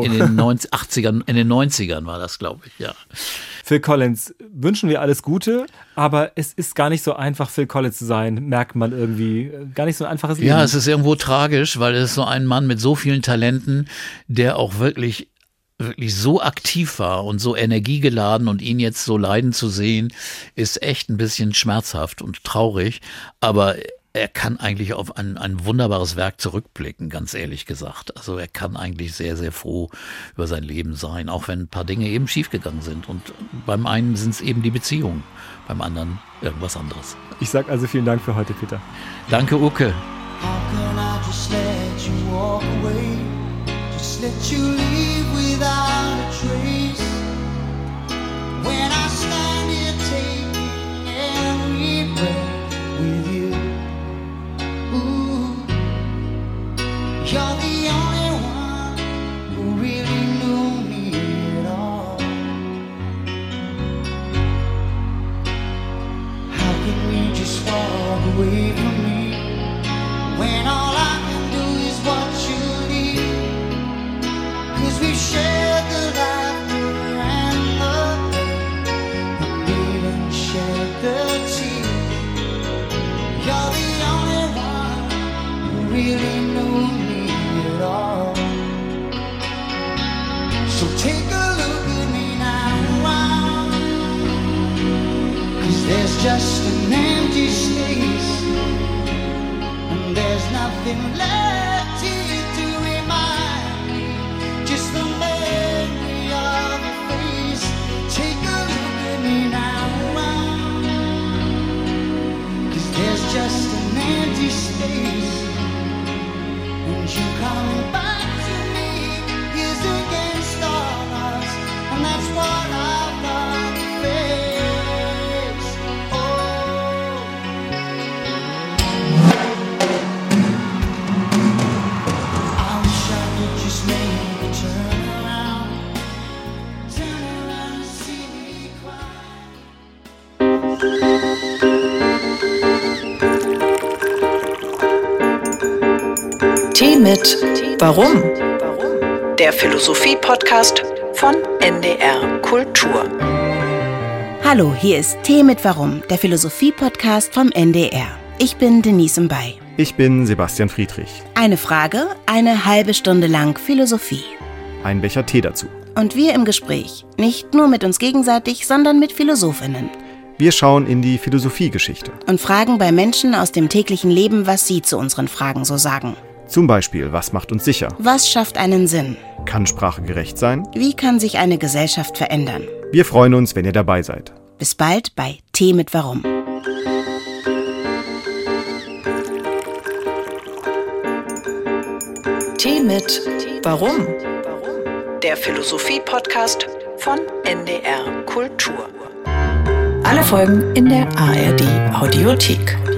90ern war das, glaube ich, ja. Phil Collins, wünschen wir alles Gute, aber es ist gar nicht so einfach, Phil Collins zu sein, merkt man irgendwie. Gar nicht so ein einfaches Leben. Ja, es ist irgendwo tragisch, weil es ist so ein Mann mit so vielen Talenten, der auch wirklich so aktiv war und so energiegeladen und ihn jetzt so leiden zu sehen, ist echt ein bisschen schmerzhaft und traurig, aber er kann eigentlich auf ein wunderbares Werk zurückblicken, ganz ehrlich gesagt. Also er kann eigentlich sehr, sehr froh über sein Leben sein, auch wenn ein paar Dinge eben schiefgegangen sind. Und beim einen sind es eben die Beziehungen, beim anderen irgendwas anderes. Ich sag also vielen Dank für heute, Peter. Danke, Uke. How can I just let you walk away? Just let you leave without a trace. When I stand here taking every breath with you. Ooh, you're the only one who really knew me at all. How can we just walk away from me when all I can do is watch you leave? 'Cause we shared the laughter and the pain, and even shared the tears. You're the only one who really knew me at all. So take a look at me now, 'cause there's just an empty space, and there's nothing left here to remind me, just the memory of a face. Take a look at me now, 'cause there's just an empty space, and you coming back to me is against all odds, and that's what I've got to face. Oh, I wish I could just make a turn around and see me cry. Tee mit Warum? Der Philosophie-Podcast von NDR Kultur. Hallo, hier ist Tee mit Warum, der Philosophie-Podcast vom NDR. Ich bin Denise Mbay. Ich bin Sebastian Friedrich. Eine Frage, eine halbe Stunde lang Philosophie. Ein Becher Tee dazu. Und wir im Gespräch, nicht nur mit uns gegenseitig, sondern mit PhilosophInnen. Wir schauen in die Philosophiegeschichte. Und fragen bei Menschen aus dem täglichen Leben, was sie zu unseren Fragen so sagen. Zum Beispiel, was macht uns sicher? Was schafft einen Sinn? Kann Sprache gerecht sein? Wie kann sich eine Gesellschaft verändern? Wir freuen uns, wenn ihr dabei seid. Bis bald bei Tee mit Warum. Tee mit Warum? Der Philosophie-Podcast von NDR Kultur. Alle Folgen in der ARD Audiothek.